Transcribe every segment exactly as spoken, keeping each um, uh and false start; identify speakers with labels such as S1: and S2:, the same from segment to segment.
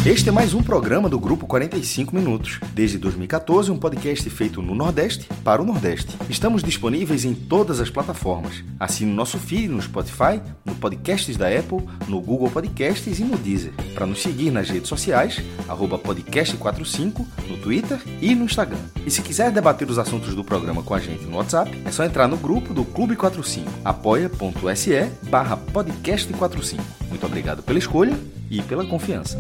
S1: Este é mais um programa do Grupo quarenta e cinco Minutos. Desde dois mil e catorze, um podcast feito no Nordeste para o Nordeste. Estamos disponíveis em todas as plataformas. Assine o nosso feed no Spotify, no Podcasts da Apple, no Google Podcasts e no Deezer. Para nos seguir nas redes sociais, arroba podcast quarenta e cinco, no Twitter e no Instagram. E se quiser debater os assuntos do programa com a gente no WhatsApp, é só entrar no grupo do Clube quarenta e cinco, apoia.se barra podcast quarenta e cinco. Muito obrigado pela escolha e pela confiança.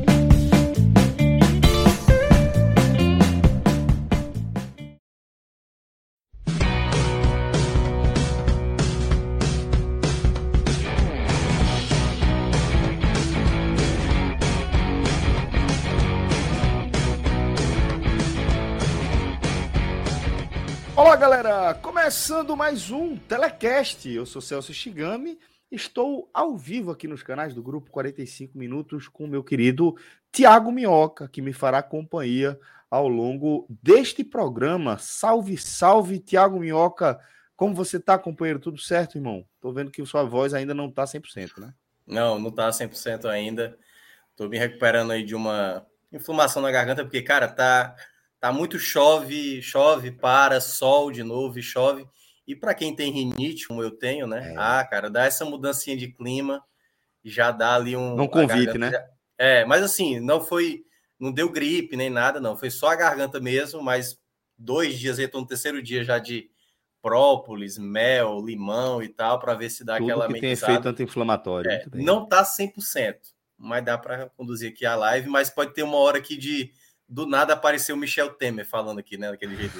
S1: Olá, galera! Começando mais um Telecast. Eu sou Celso Shigami. Estou ao vivo aqui nos canais do Grupo quarenta e cinco Minutos com o meu querido Tiago Minhoca, que me fará companhia ao longo deste programa. Salve, salve, Tiago Minhoca! Como você tá, companheiro? Tudo certo, irmão? Tô vendo que sua voz ainda não tá cem por cento, né?
S2: Não, não tá cem por cento ainda. Tô me recuperando aí de uma inflamação na garganta, porque, cara, tá... Tá muito chove, chove, para, sol de novo e chove. E para quem tem rinite, como eu tenho, né? É. Ah, cara, dá essa mudancinha de clima, já dá ali um...
S1: Não convite, né?
S2: Já... É, mas assim, não foi... Não deu gripe nem nada, não. Foi só a garganta mesmo, mas dois dias, eu tô no terceiro dia já de própolis, mel, limão e tal, para ver se dá
S1: Tudo
S2: aquela
S1: que
S2: amenizada.
S1: tem efeito anti-inflamatório.
S2: É, não tá cem por cento, mas dá para conduzir aqui a live, mas pode ter uma hora aqui de... Do nada apareceu o Michel Temer falando aqui, né? Daquele jeito.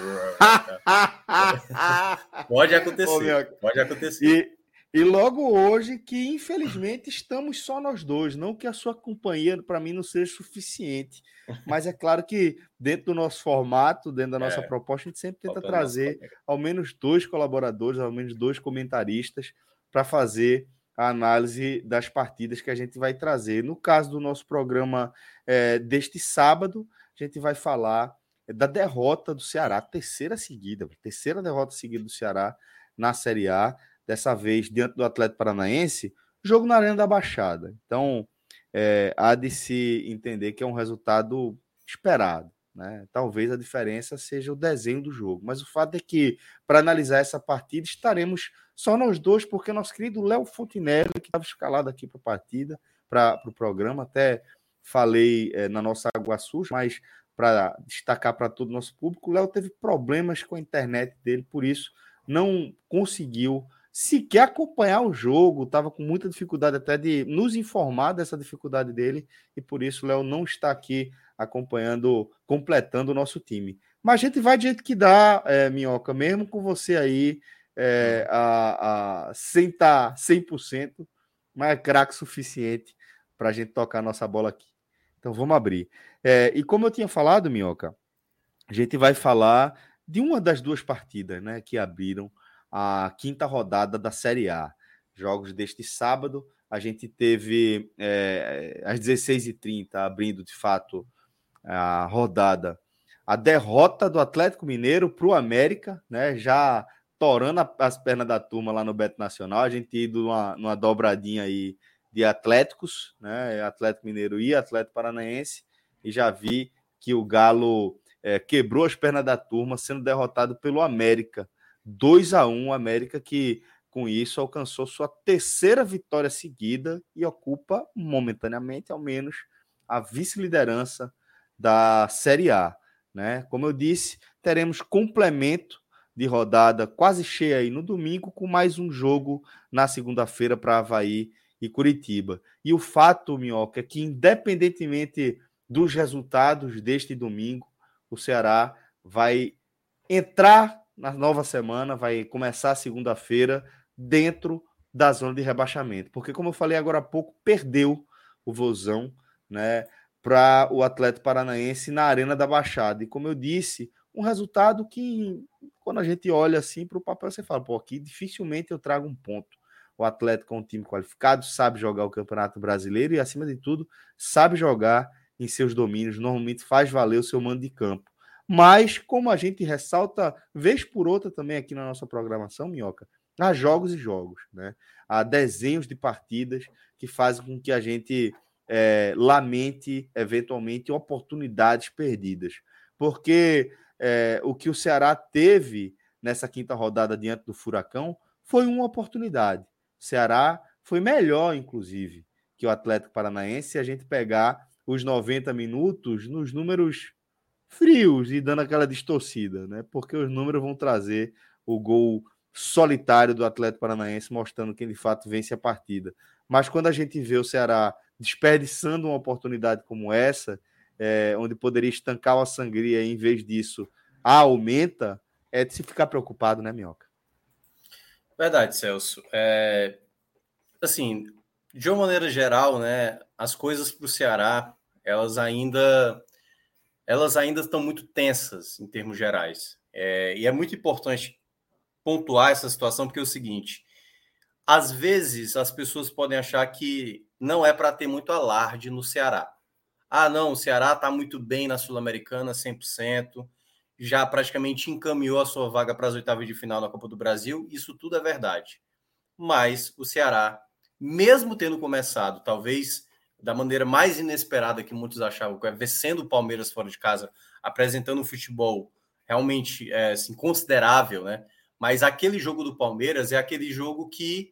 S2: Pode acontecer. Ô, pode acontecer.
S1: E, e logo hoje, que infelizmente estamos só nós dois. Não que a sua companhia, para mim, não seja suficiente. Mas é claro que dentro do nosso formato, dentro da nossa é, proposta, a gente sempre tenta trazer ao menos dois colaboradores, ao menos dois comentaristas, para fazer a análise das partidas que a gente vai trazer. No caso do nosso programa é, deste sábado, a gente vai falar da derrota do Ceará, terceira seguida, terceira derrota seguida do Ceará na Série A, dessa vez diante do Atlético Paranaense, jogo na Arena da Baixada. Então, é, há de se entender que é um resultado esperado, né? Talvez a diferença seja o desenho do jogo, mas o fato é que, para analisar essa partida, estaremos só nós dois, porque nosso querido Léo Fontinelli, que estava escalado aqui para a partida, para o pro programa, até... Falei é, na nossa Água Suja, mas para destacar para todo o nosso público, o Léo teve problemas com a internet dele, por isso não conseguiu sequer acompanhar o jogo, estava com muita dificuldade até de nos informar dessa dificuldade dele, e por isso o Léo não está aqui acompanhando, completando o nosso time. Mas a gente vai do jeito que dá, é, Minhoca, mesmo com você aí, é, a, a, sem estar cem por cento, mas é craque suficiente para a gente tocar a nossa bola aqui. Então vamos abrir. É, e como eu tinha falado, Minhoca, a gente vai falar de uma das duas partidas, né, que abriram a quinta rodada da Série A. Jogos deste sábado, a gente teve é, às dezesseis e trinta, abrindo de fato a rodada, a derrota do Atlético Mineiro para o América, né, já torando as pernas da turma lá no Beto Nacional. A gente ido numa, numa dobradinha aí de Atléticos, né? Atlético Mineiro e Atlético Paranaense, e já vi que o Galo é, quebrou as pernas da turma, sendo derrotado pelo América, dois a um, o América que com isso alcançou sua terceira vitória seguida e ocupa momentaneamente, ao menos, a vice-liderança da Série A, né? Como eu disse, teremos complemento de rodada quase cheia aí no domingo, com mais um jogo na segunda-feira para Avaí e Curitiba. E o fato, Minhoca, é que independentemente dos resultados deste domingo, o Ceará vai entrar na nova semana, vai começar a segunda-feira dentro da zona de rebaixamento. Porque, como eu falei agora há pouco, perdeu o Vozão, né, para o Atlético Paranaense na Arena da Baixada. E como eu disse, um resultado que, quando a gente olha assim para o papel, você fala, pô, aqui dificilmente eu trago um ponto. O Atlético é um time qualificado, sabe jogar o Campeonato Brasileiro e, acima de tudo, sabe jogar em seus domínios, normalmente faz valer o seu mando de campo. Mas, como a gente ressalta, vez por outra também aqui na nossa programação, Minhoca, há jogos e jogos, né? Há desenhos de partidas que fazem com que a gente é, lamente, eventualmente, oportunidades perdidas. Porque é, o que o Ceará teve nessa quinta rodada diante do Furacão foi uma oportunidade. O Ceará foi melhor, inclusive, que o Atlético Paranaense, se a gente pegar os noventa minutos nos números frios e dando aquela distorcida, né? Porque os números vão trazer o gol solitário do Atlético Paranaense, mostrando que ele de fato vence a partida. Mas quando a gente vê o Ceará desperdiçando uma oportunidade como essa, é, onde poderia estancar a sangria, e em vez disso a aumenta, é de se ficar preocupado, né, Minhoca?
S2: Verdade, Celso. É, assim, de uma maneira geral, né, as coisas para o Ceará, elas ainda elas ainda estão muito tensas em termos gerais. É, e é muito importante pontuar essa situação, porque é o seguinte, às vezes as pessoas podem achar que não é para ter muito alarde no Ceará. Ah, não, o Ceará está muito bem na Sul-Americana, cem por cento, já praticamente encaminhou a sua vaga para as oitavas de final na Copa do Brasil, isso tudo é verdade. Mas o Ceará, mesmo tendo começado, talvez da maneira mais inesperada que muitos achavam, que é vencendo o Palmeiras fora de casa, apresentando um futebol realmente é, assim, considerável, né? Mas aquele jogo do Palmeiras é aquele jogo que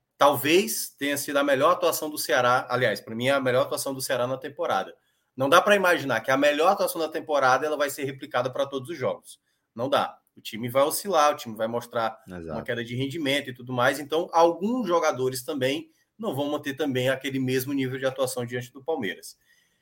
S2: talvez tenha sido a melhor atuação do Ceará. Aliás, para mim, é a melhor atuação do Ceará na temporada. Não dá para imaginar que a melhor atuação da temporada ela vai ser replicada para todos os jogos. Não dá. O time vai oscilar, o time vai mostrar Exato. Uma queda de rendimento e tudo mais. Então, alguns jogadores também não vão manter também aquele mesmo nível de atuação diante do Palmeiras.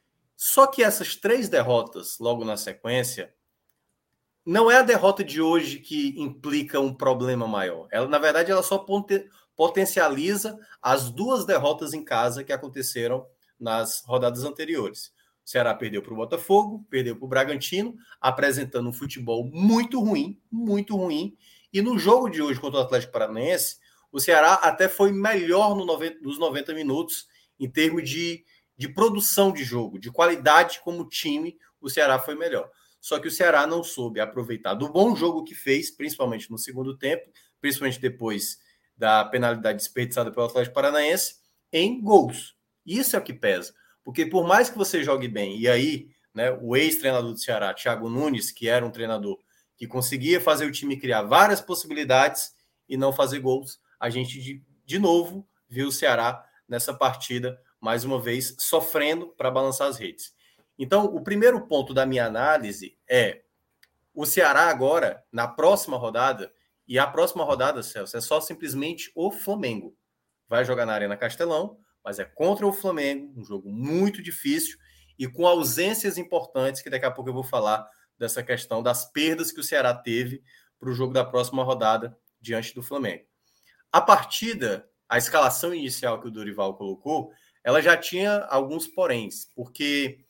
S2: Só que essas três derrotas, logo na sequência, não é a derrota de hoje que implica um problema maior. Ela, na verdade, ela só potencializa as duas derrotas em casa que aconteceram nas rodadas anteriores. O Ceará perdeu para o Botafogo, perdeu para o Bragantino, apresentando um futebol muito ruim, muito ruim. E no jogo de hoje contra o Atlético Paranaense, o Ceará até foi melhor no noventa, nos noventa minutos em termos de, de produção de jogo, de qualidade como time, o Ceará foi melhor. Só que o Ceará não soube aproveitar do bom jogo que fez, principalmente no segundo tempo, principalmente depois da penalidade desperdiçada pelo Atlético Paranaense, em gols. Isso é o que pesa. Porque por mais que você jogue bem, e aí, né, o ex-treinador do Ceará, Thiago Nunes, que era um treinador que conseguia fazer o time criar várias possibilidades e não fazer gols, a gente de, de novo viu o Ceará nessa partida, mais uma vez, sofrendo para balançar as redes. Então, o primeiro ponto da minha análise é o Ceará agora, na próxima rodada, e a próxima rodada, Celso, é só simplesmente o Flamengo. Vai jogar na Arena Castelão, mas é contra o Flamengo, um jogo muito difícil e com ausências importantes, que daqui a pouco eu vou falar dessa questão das perdas que o Ceará teve para o jogo da próxima rodada diante do Flamengo. A partida, a escalação inicial que o Dorival colocou, ela já tinha alguns poréns, porque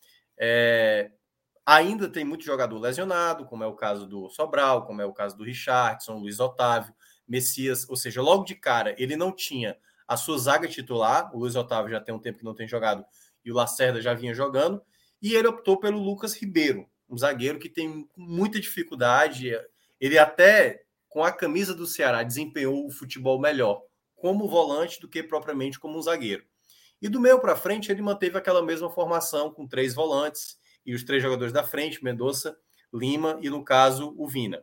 S2: é, ainda tem muito jogador lesionado, como é o caso do Sobral, como é o caso do Richardson, Luiz Otávio, Messias, ou seja, logo de cara ele não tinha a sua zaga titular, o Luiz Otávio já tem um tempo que não tem jogado e o Lacerda já vinha jogando, e ele optou pelo Lucas Ribeiro, um zagueiro que tem muita dificuldade, ele até com a camisa do Ceará desempenhou o futebol melhor como volante do que propriamente como um zagueiro. E do meio para frente ele manteve aquela mesma formação com três volantes e os três jogadores da frente, Mendonça, Lima e, no caso, o Vina.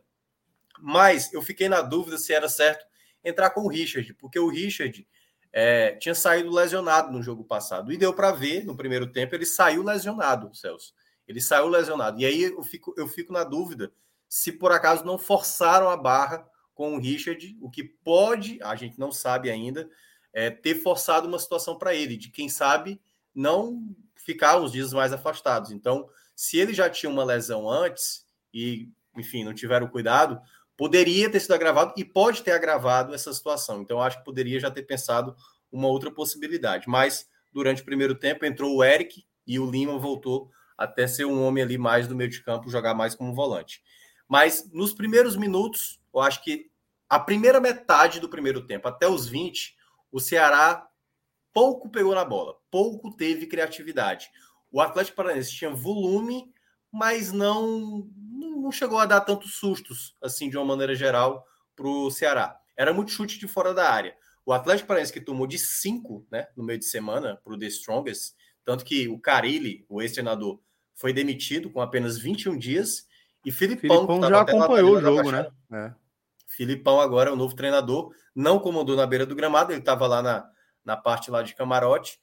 S2: Mas eu fiquei na dúvida se era certo entrar com o Richard, porque o Richard é, tinha saído lesionado no jogo passado. E deu para ver, no primeiro tempo, ele saiu lesionado, Celso. Ele saiu lesionado. E aí eu fico, eu fico na dúvida se por acaso não forçaram a barra com o Richard, o que pode, a gente não sabe ainda, é, ter forçado uma situação para ele, de quem sabe não ficar uns dias mais afastados. Então, se ele já tinha uma lesão antes e, enfim, não tiveram cuidado, poderia ter sido agravado e pode ter agravado essa situação. Então, acho que poderia já ter pensado uma outra possibilidade. Mas, durante o primeiro tempo, entrou o Eric e o Lima voltou até ser um homem ali mais do meio de campo, jogar mais como volante. Mas, nos primeiros minutos, eu acho que a primeira metade do primeiro tempo, até os vinte, o Ceará pouco pegou na bola, pouco teve criatividade. O Atlético Paranaense tinha volume, mas não, não chegou a dar tantos sustos, assim, de uma maneira geral, para o Ceará. Era muito chute de fora da área. O Atlético Paranaense, que tomou de cinco, né, no meio de semana, para o The Strongest, Tanto que o Carille, o ex-treinador, foi demitido com apenas vinte e um dias. E Filipão,
S1: Filipão
S2: que
S1: já
S2: estava até lá
S1: acompanhou o
S2: na
S1: jogo, né?
S2: Baixada. É. Filipão agora é o novo treinador. Não comandou na beira do gramado, ele estava lá na, na parte lá de camarote.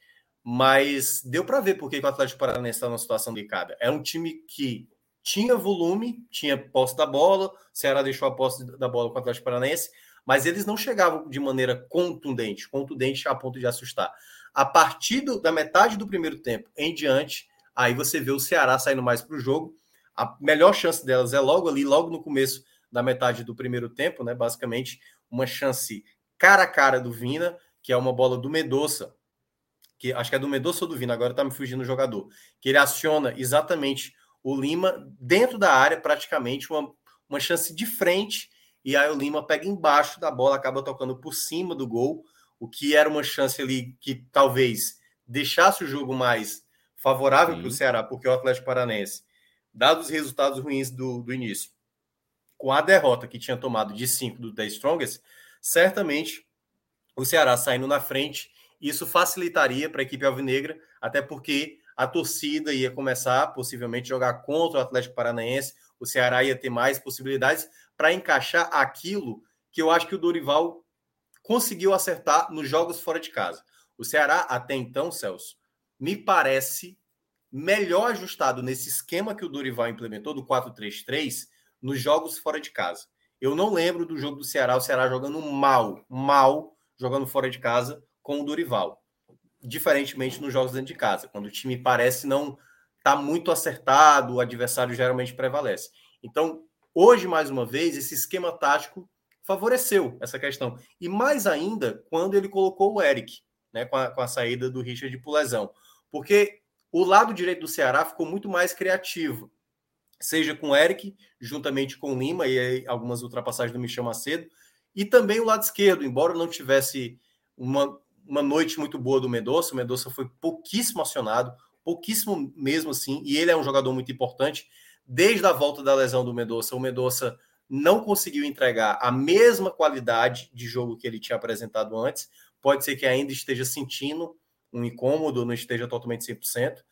S2: Mas deu para ver porque o Atlético Paranaense está numa situação delicada. É um time que tinha volume, tinha posse da bola, o Ceará deixou a posse da bola com o Atlético Paranaense, mas eles não chegavam de maneira contundente, contundente a ponto de assustar. A partir do, da metade do primeiro tempo em diante, aí você vê o Ceará saindo mais para o jogo. A melhor chance delas é logo ali, logo no começo da metade do primeiro tempo, né? Basicamente, uma chance cara a cara do Vina, que é uma bola do Medoça, que acho que é do Medoça ou do Vina, agora tá me fugindo o jogador, que ele aciona exatamente o Lima dentro da área, praticamente uma, uma chance de frente, e aí o Lima pega embaixo da bola, acaba tocando por cima do gol, o que era uma chance ali que talvez deixasse o jogo mais favorável para o Ceará, porque o Atlético Paranaense, dados os resultados ruins do, do início, com a derrota que tinha tomado de cinco do The Strongest, certamente o Ceará saindo na frente, isso facilitaria para a equipe alvinegra, até porque a torcida ia começar, possivelmente, a jogar contra o Atlético Paranaense, o Ceará ia ter mais possibilidades para encaixar aquilo que eu acho que o Dorival conseguiu acertar nos jogos fora de casa. O Ceará, até então, Celso, me parece melhor ajustado nesse esquema que o Dorival implementou, do quatro três três, nos jogos fora de casa. Eu não lembro do jogo do Ceará, o Ceará jogando mal, mal, jogando fora de casa com o Dorival. Diferentemente nos jogos dentro de casa, quando o time parece não estar tá muito acertado, o adversário geralmente prevalece. Então, hoje, mais uma vez, esse esquema tático favoreceu essa questão. E mais ainda, quando ele colocou o Eric, né, com, a, com a saída do Richard por lesão. Porque o lado direito do Ceará ficou muito mais criativo, seja com o Eric, juntamente com o Lima, e aí algumas ultrapassagens do Michel Macedo, e também o lado esquerdo, embora não tivesse uma, uma noite muito boa do Medoça, o Medoça foi pouquíssimo acionado, pouquíssimo mesmo assim, e ele é um jogador muito importante. Desde a volta da lesão do Medoça, o Medoça não conseguiu entregar a mesma qualidade de jogo que ele tinha apresentado antes. Pode ser que ainda esteja sentindo um incômodo, não esteja totalmente cem por cento,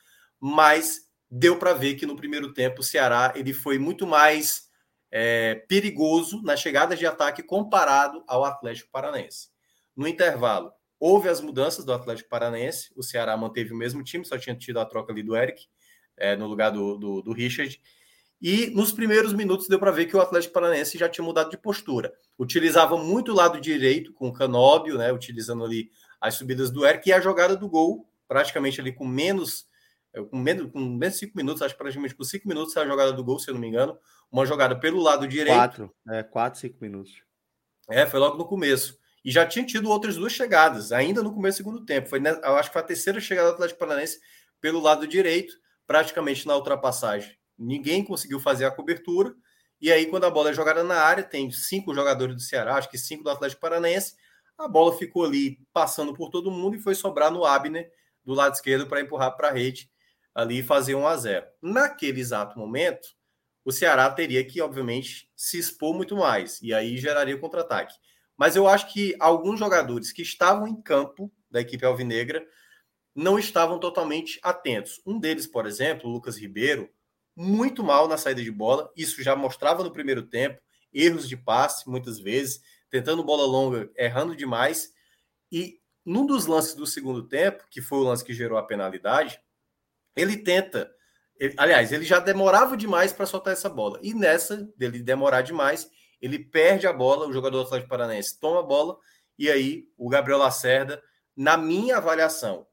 S2: mas deu para ver que no primeiro tempo o Ceará ele foi muito mais é, perigoso nas chegadas de ataque comparado ao Atlético Paranaense. No intervalo, houve as mudanças do Atlético Paranaense, o Ceará manteve o mesmo time, só tinha tido a troca ali do Eric, é, no lugar do, do, do Richard, e nos primeiros minutos deu para ver que o Atlético Paranaense já tinha mudado de postura. Utilizava muito o lado direito, com o Canóbio, né, utilizando ali as subidas do Eric, e a jogada do gol, praticamente ali com menos, com menos, com menos cinco minutos, acho que praticamente com cinco minutos a jogada do gol, se eu não me engano, uma jogada pelo lado direito.
S1: Quatro, é, quatro, cinco minutos.
S2: É, foi logo no começo. E já tinha tido outras duas chegadas, ainda no começo do segundo tempo. Foi, eu acho que foi a terceira chegada do Atlético Paranaense pelo lado direito, praticamente na ultrapassagem. Ninguém conseguiu fazer a cobertura. E aí, quando a bola é jogada na área, tem cinco jogadores do Ceará, acho que cinco do Atlético Paranaense. A bola ficou ali passando por todo mundo e foi sobrar no Abner, do lado esquerdo, para empurrar para a rede ali e fazer um a zero. Naquele exato momento, o Ceará teria que, obviamente, se expor muito mais. E aí geraria o contra-ataque. Mas eu acho que alguns jogadores que estavam em campo da equipe alvinegra não estavam totalmente atentos. Um deles, por exemplo, o Lucas Ribeiro, muito mal na saída de bola. Isso já mostrava no primeiro tempo. Erros de passe, muitas vezes. Tentando bola longa, errando demais. E num dos lances do segundo tempo, que foi o lance que gerou a penalidade, ele tenta... Ele, aliás, ele já demorava demais para soltar essa bola. E nessa, dele demorar demais, ele perde a bola, o jogador do Atlético Paranaense toma a bola, e aí o Gabriel Lacerda, na minha avaliação,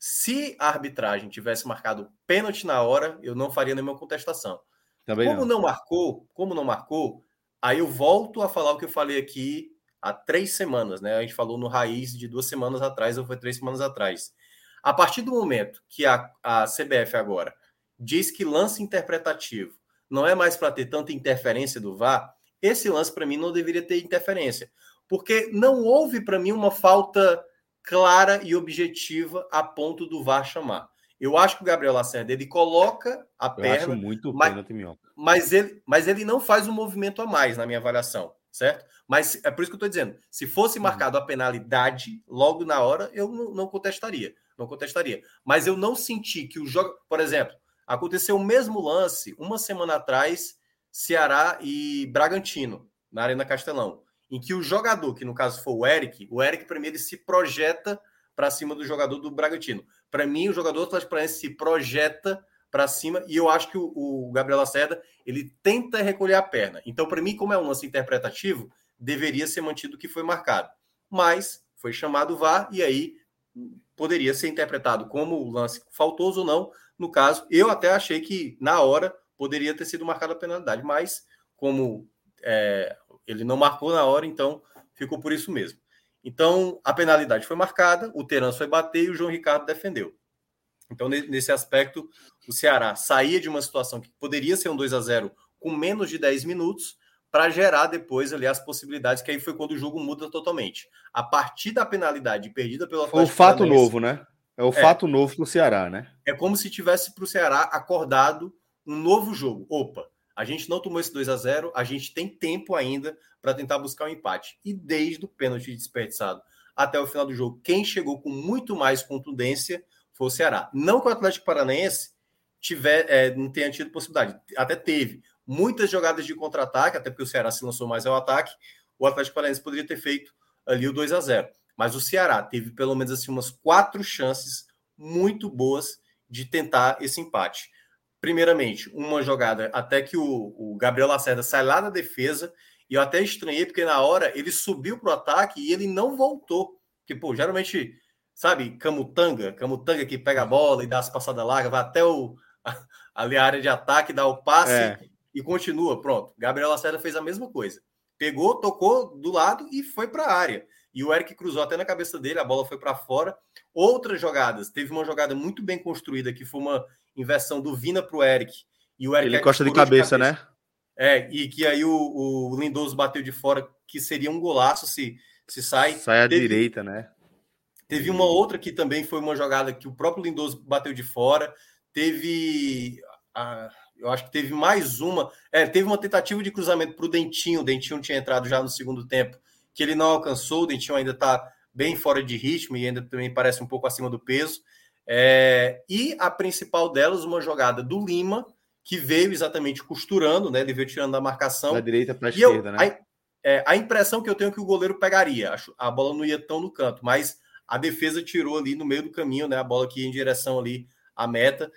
S2: se a arbitragem tivesse marcado pênalti na hora, eu não faria nenhuma contestação. Também como não. não marcou, como não marcou, aí eu volto a falar o que eu falei aqui há três semanas, né? A gente falou no Raiz de duas semanas atrás, ou foi três semanas atrás. A partir do momento que a, a C B F agora diz que lance interpretativo não é mais para ter tanta interferência do V A R, esse lance para mim não deveria ter interferência, porque não houve para mim uma falta clara e objetiva a ponto do V A R chamar. Eu acho que o Gabriel Lacerda, ele coloca a eu perna, acho
S1: muito
S2: mas,
S1: pênalti, Minhoca.
S2: Mas ele, mas ele não faz um movimento a mais, na minha avaliação, certo? Mas é por isso que eu estou dizendo, se fosse marcado a penalidade logo na hora, eu não, não contestaria. não contestaria. Mas eu não senti que o jogo... Por exemplo, aconteceu o mesmo lance uma semana atrás, Ceará e Bragantino, na Arena Castelão, em que o jogador, que no caso foi o Eric, o Eric primeiro ele se projeta para cima do jogador do Bragantino. Para mim, o jogador do Atlético Paranaense se projeta para cima e eu acho que o, o Gabriel Lacerda ele tenta recolher a perna. Então, para mim, como é um lance interpretativo, deveria ser mantido o que foi marcado. Mas foi chamado o V A R e aí poderia ser interpretado como lance faltoso ou não. No caso, eu até achei que na hora poderia ter sido marcada a penalidade, mas como é, ele não marcou na hora, então ficou por isso mesmo. Então, a penalidade foi marcada, o Terence foi bater e o João Ricardo defendeu. Então, nesse aspecto, o Ceará saía de uma situação que poderia ser um dois a zero com menos de dez minutos para gerar depois ali as possibilidades, que aí foi quando o jogo muda totalmente. A partir da penalidade perdida pelo
S1: Atlético Foi o fato novo, né? É o é, fato novo para o Ceará, né?
S2: É como se tivesse para o Ceará acordado um novo jogo. Opa, a gente não tomou esse dois a zero, a gente tem tempo ainda para tentar buscar um empate. E desde o pênalti desperdiçado até o final do jogo, quem chegou com muito mais contundência foi o Ceará. Não que o Atlético Paranaense tiver, é, não tenha tido possibilidade. Até teve muitas jogadas de contra-ataque, até porque o Ceará se lançou mais ao ataque. O Atlético Paranaense poderia ter feito ali o dois a zero. Mas o Ceará teve pelo menos assim, umas quatro chances muito boas de tentar esse empate. Primeiramente, uma jogada até que o, o Gabriel Lacerda sai lá da defesa, e eu até estranhei, porque na hora ele subiu para o ataque e ele não voltou. Porque, pô, geralmente, sabe, Camutanga, Camutanga que pega a bola e dá as passadas largas, vai até o, ali a área de ataque, dá o passe é. e continua. Pronto, Gabriel Lacerda fez a mesma coisa. Pegou, tocou do lado e foi para a área. E o Eric cruzou até na cabeça dele, a bola foi para fora. Outras jogadas, teve uma jogada muito bem construída, que foi uma inversão do Vina para o Eric. E o Eric
S1: ele encosta de cabeça, de cabeça, né?
S2: É, e que aí o, o Lindoso bateu de fora, que seria um golaço se, se sai.
S1: Sai à teve, direita, né?
S2: Teve uma outra que também foi uma jogada que o próprio Lindoso bateu de fora. Teve... A, eu acho que teve mais uma... É, teve uma tentativa de cruzamento para o Dentinho. O Dentinho tinha entrado já no segundo tempo, que ele não alcançou. O Dentinho ainda está bem fora de ritmo e ainda também parece um pouco acima do peso. É, e a principal delas, uma jogada do Lima, que veio exatamente costurando, né? Ele veio tirando da marcação.
S1: Da direita para a esquerda,
S2: eu,
S1: né?
S2: A, é, a impressão que eu tenho é que o goleiro pegaria. A, a bola não ia tão no canto, mas a defesa tirou ali no meio do caminho, né? A bola que ia em direção ali à meta.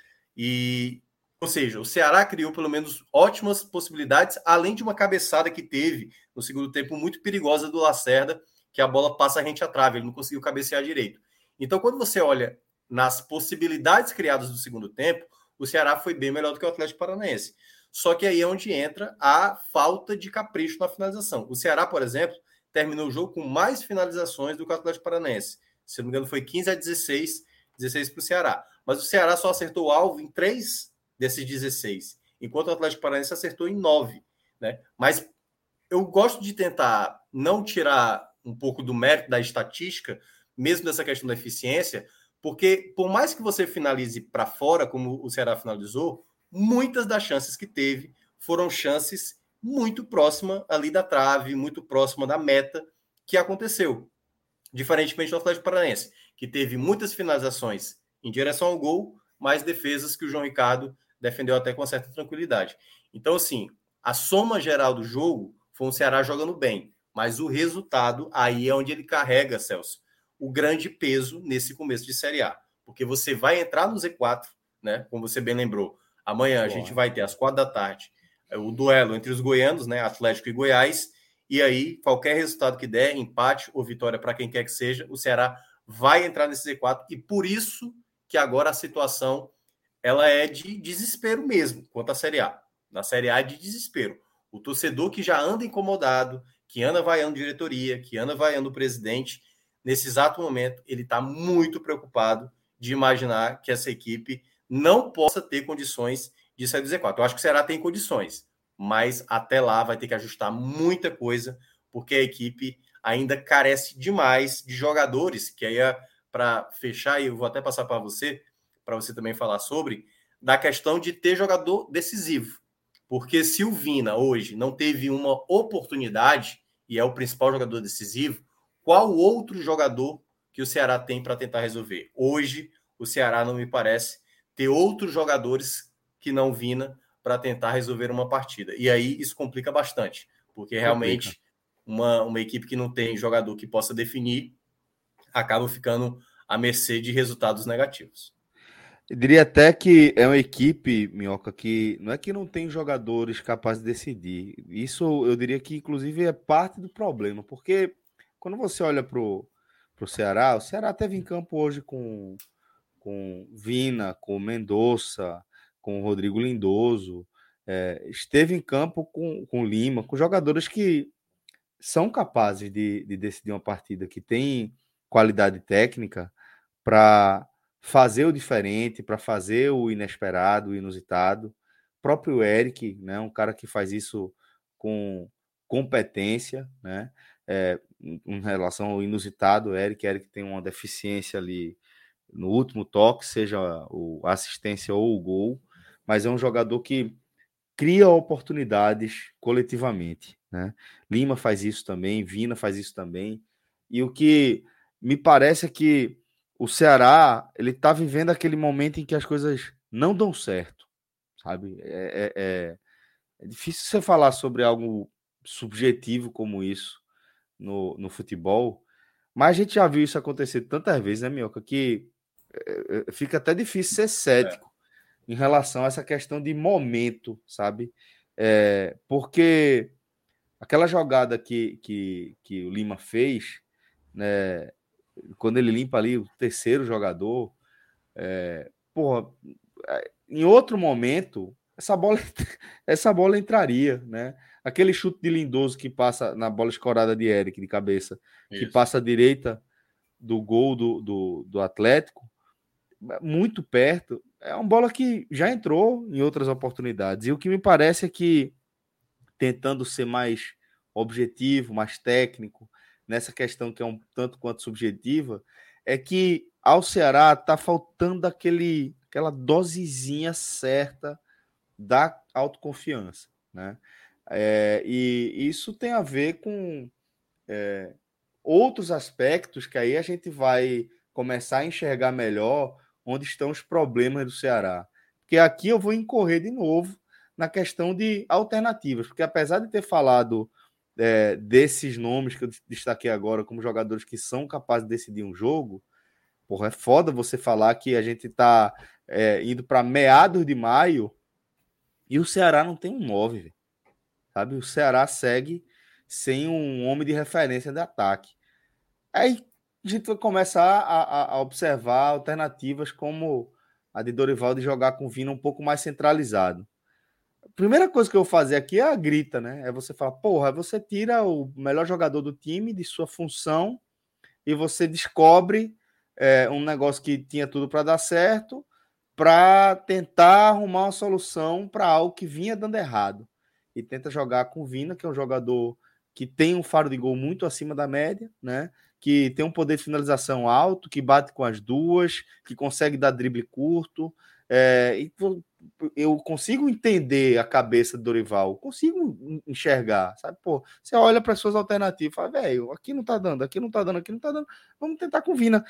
S2: E, ou seja, o Ceará criou pelo menos ótimas possibilidades, além de uma cabeçada que teve no segundo tempo muito perigosa do Lacerda, que a bola passa rente à trave, ele não conseguiu cabecear direito. Então, quando você olha nas possibilidades criadas no segundo tempo, o Ceará foi bem melhor do que o Atlético Paranaense. Só que aí é onde entra a falta de capricho na finalização. O Ceará, por exemplo, terminou o jogo com mais finalizações do que o Atlético Paranaense. Se não me engano, foi quinze a dezesseis, dezesseis para o Ceará. Mas o Ceará só acertou o alvo em três desses dezesseis, enquanto o Atlético Paranaense acertou em nove. Né? Mas eu gosto de tentar não tirar um pouco do mérito da estatística, mesmo dessa questão da eficiência, porque por mais que você finalize para fora, como o Ceará finalizou, muitas das chances que teve foram chances muito próximas ali da trave, muito próxima da meta que aconteceu. Diferentemente do Atlético Paranaense, que teve muitas finalizações em direção ao gol, mas defesas que o João Ricardo defendeu até com certa tranquilidade. Então, assim, a soma geral do jogo foi o Ceará jogando bem, mas o resultado aí é onde ele carrega, Celso, o grande peso nesse começo de Série A. Porque você vai entrar no Z quatro, né? Como você bem lembrou, amanhã a gente vai ter às quatro da tarde o duelo entre os goianos, né? Atlético e Goiás, e aí qualquer resultado que der, empate ou vitória para quem quer que seja, o Ceará vai entrar nesse Z quatro, e por isso que agora a situação ela é de desespero mesmo quanto à Série A. Na Série A é de desespero. O torcedor que já anda incomodado, que anda vaiando diretoria, que anda vaiando o presidente, nesse exato momento, ele está muito preocupado de imaginar que essa equipe não possa ter condições de sair do Z quatro. Eu acho que o Ceará tem condições, mas até lá vai ter que ajustar muita coisa, porque a equipe ainda carece demais de jogadores, que aí é para fechar, e eu vou até passar para você, para você também falar sobre, da questão de ter jogador decisivo. Porque se o Vina hoje não teve uma oportunidade, e é o principal jogador decisivo, qual outro jogador que o Ceará tem para tentar resolver? Hoje, o Ceará não me parece ter outros jogadores que não Vina para tentar resolver uma partida. E aí isso complica bastante, porque realmente complica. Uma, uma equipe que não tem jogador que possa definir acaba ficando à mercê de resultados negativos.
S1: Eu diria até que é uma equipe, Minhoca, que não é que não tem jogadores capazes de decidir. Isso eu diria que, inclusive, é parte do problema, porque quando você olha para o Ceará, o Ceará teve em campo hoje com, com Vina, com Mendonça, com Rodrigo Lindoso, é, esteve em campo com, com Lima, com jogadores que são capazes de, de decidir uma partida, que tem qualidade técnica para fazer o diferente, para fazer o inesperado, o inusitado. O próprio Eric, né, um cara que faz isso com competência, né, é, em relação ao inusitado. O Eric, Eric tem uma deficiência ali no último toque, seja o, a assistência ou o gol, mas é um jogador que cria oportunidades coletivamente, né? Lima faz isso também, Vina faz isso também, e o que me parece é que o Ceará, ele tá vivendo aquele momento em que as coisas não dão certo, sabe? É, é, é, é difícil você falar sobre algo subjetivo como isso no, no futebol, mas a gente já viu isso acontecer tantas vezes, né, Minhoca, que é, é, fica até difícil ser cético é. em relação a essa questão de momento, sabe? É, porque aquela jogada que, que, que o Lima fez, né, quando ele limpa ali o terceiro jogador, é, porra, em outro momento, essa bola, essa bola entraria, né? Aquele chute de Lindoso que passa na bola escorada de Eric de cabeça, Isso. que passa à direita do gol do, do, do Atlético, muito perto, é uma bola que já entrou em outras oportunidades. E o que me parece é que, tentando ser mais objetivo, mais técnico, nessa questão que é um tanto quanto subjetiva, é que ao Ceará está faltando aquele, aquela dosezinha certa da autoconfiança, né? É, e isso tem a ver com é, outros aspectos que aí a gente vai começar a enxergar melhor onde estão os problemas do Ceará. Porque aqui eu vou incorrer de novo na questão de alternativas, porque apesar de ter falado é, desses nomes que eu destaquei agora como jogadores que são capazes de decidir um jogo, porra, é foda você falar que a gente está é, indo para meados de maio e o Ceará não tem um nove, sabe? O Ceará segue sem um homem de referência de ataque. Aí a gente vai começar a, a, a observar alternativas como a de Dorival de jogar com o Vina um pouco mais centralizado. A primeira coisa que eu vou fazer aqui é a grita, né? É você falar, porra, você tira o melhor jogador do time de sua função e você descobre é, um negócio que tinha tudo para dar certo para tentar arrumar uma solução para algo que vinha dando errado. E tenta jogar com o Vina, que é um jogador que tem um faro de gol muito acima da média, né? Que tem um poder de finalização alto, que bate com as duas, que consegue dar drible curto. É, e eu consigo entender a cabeça do Dorival, consigo enxergar, sabe? Pô, você olha para as suas alternativas, fala, velho, aqui não tá dando, aqui não tá dando, aqui não tá dando, vamos tentar com o Vina.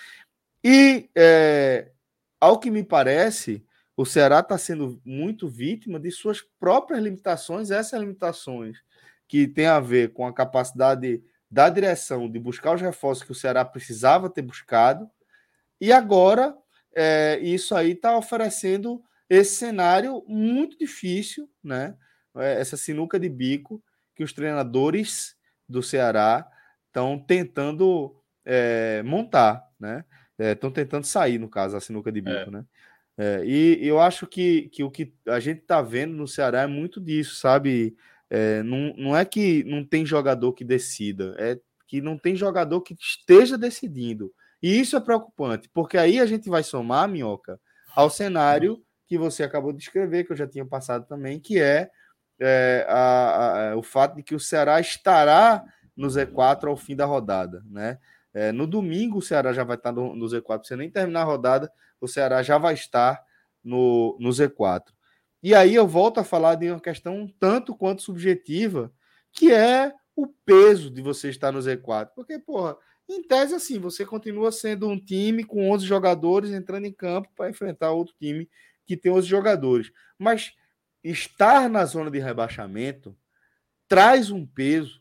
S1: E, é, ao que me parece, o Ceará está sendo muito vítima de suas próprias limitações, essas limitações que tem a ver com a capacidade da direção de buscar os reforços que o Ceará precisava ter buscado, e agora é, isso aí está oferecendo esse cenário muito difícil, né? Essa sinuca de bico que os treinadores do Ceará estão tentando é, montar, né? Estão é, tentando sair, no caso, a sinuca de bico, é. né? É, e eu acho que, que o que a gente está vendo no Ceará é muito disso, sabe? É, não, não é que não tem jogador que decida, é que não tem jogador que esteja decidindo. E isso é preocupante, porque aí a gente vai somar, Minhoca, ao cenário que você acabou de descrever, que eu já tinha passado também, que é, é a, a, o fato de que o Ceará estará no Z quatro ao fim da rodada, né? É, no domingo o Ceará já vai estar no, no Z quatro, você nem terminar a rodada, o Ceará já vai estar no, no Z quatro. E aí eu volto a falar de uma questão tanto quanto subjetiva, que é o peso de você estar no Z quatro. Porque, porra, Em tese, assim, você continua sendo um time com onze jogadores entrando em campo para enfrentar outro time que tem onze jogadores. Mas estar na zona de rebaixamento traz um peso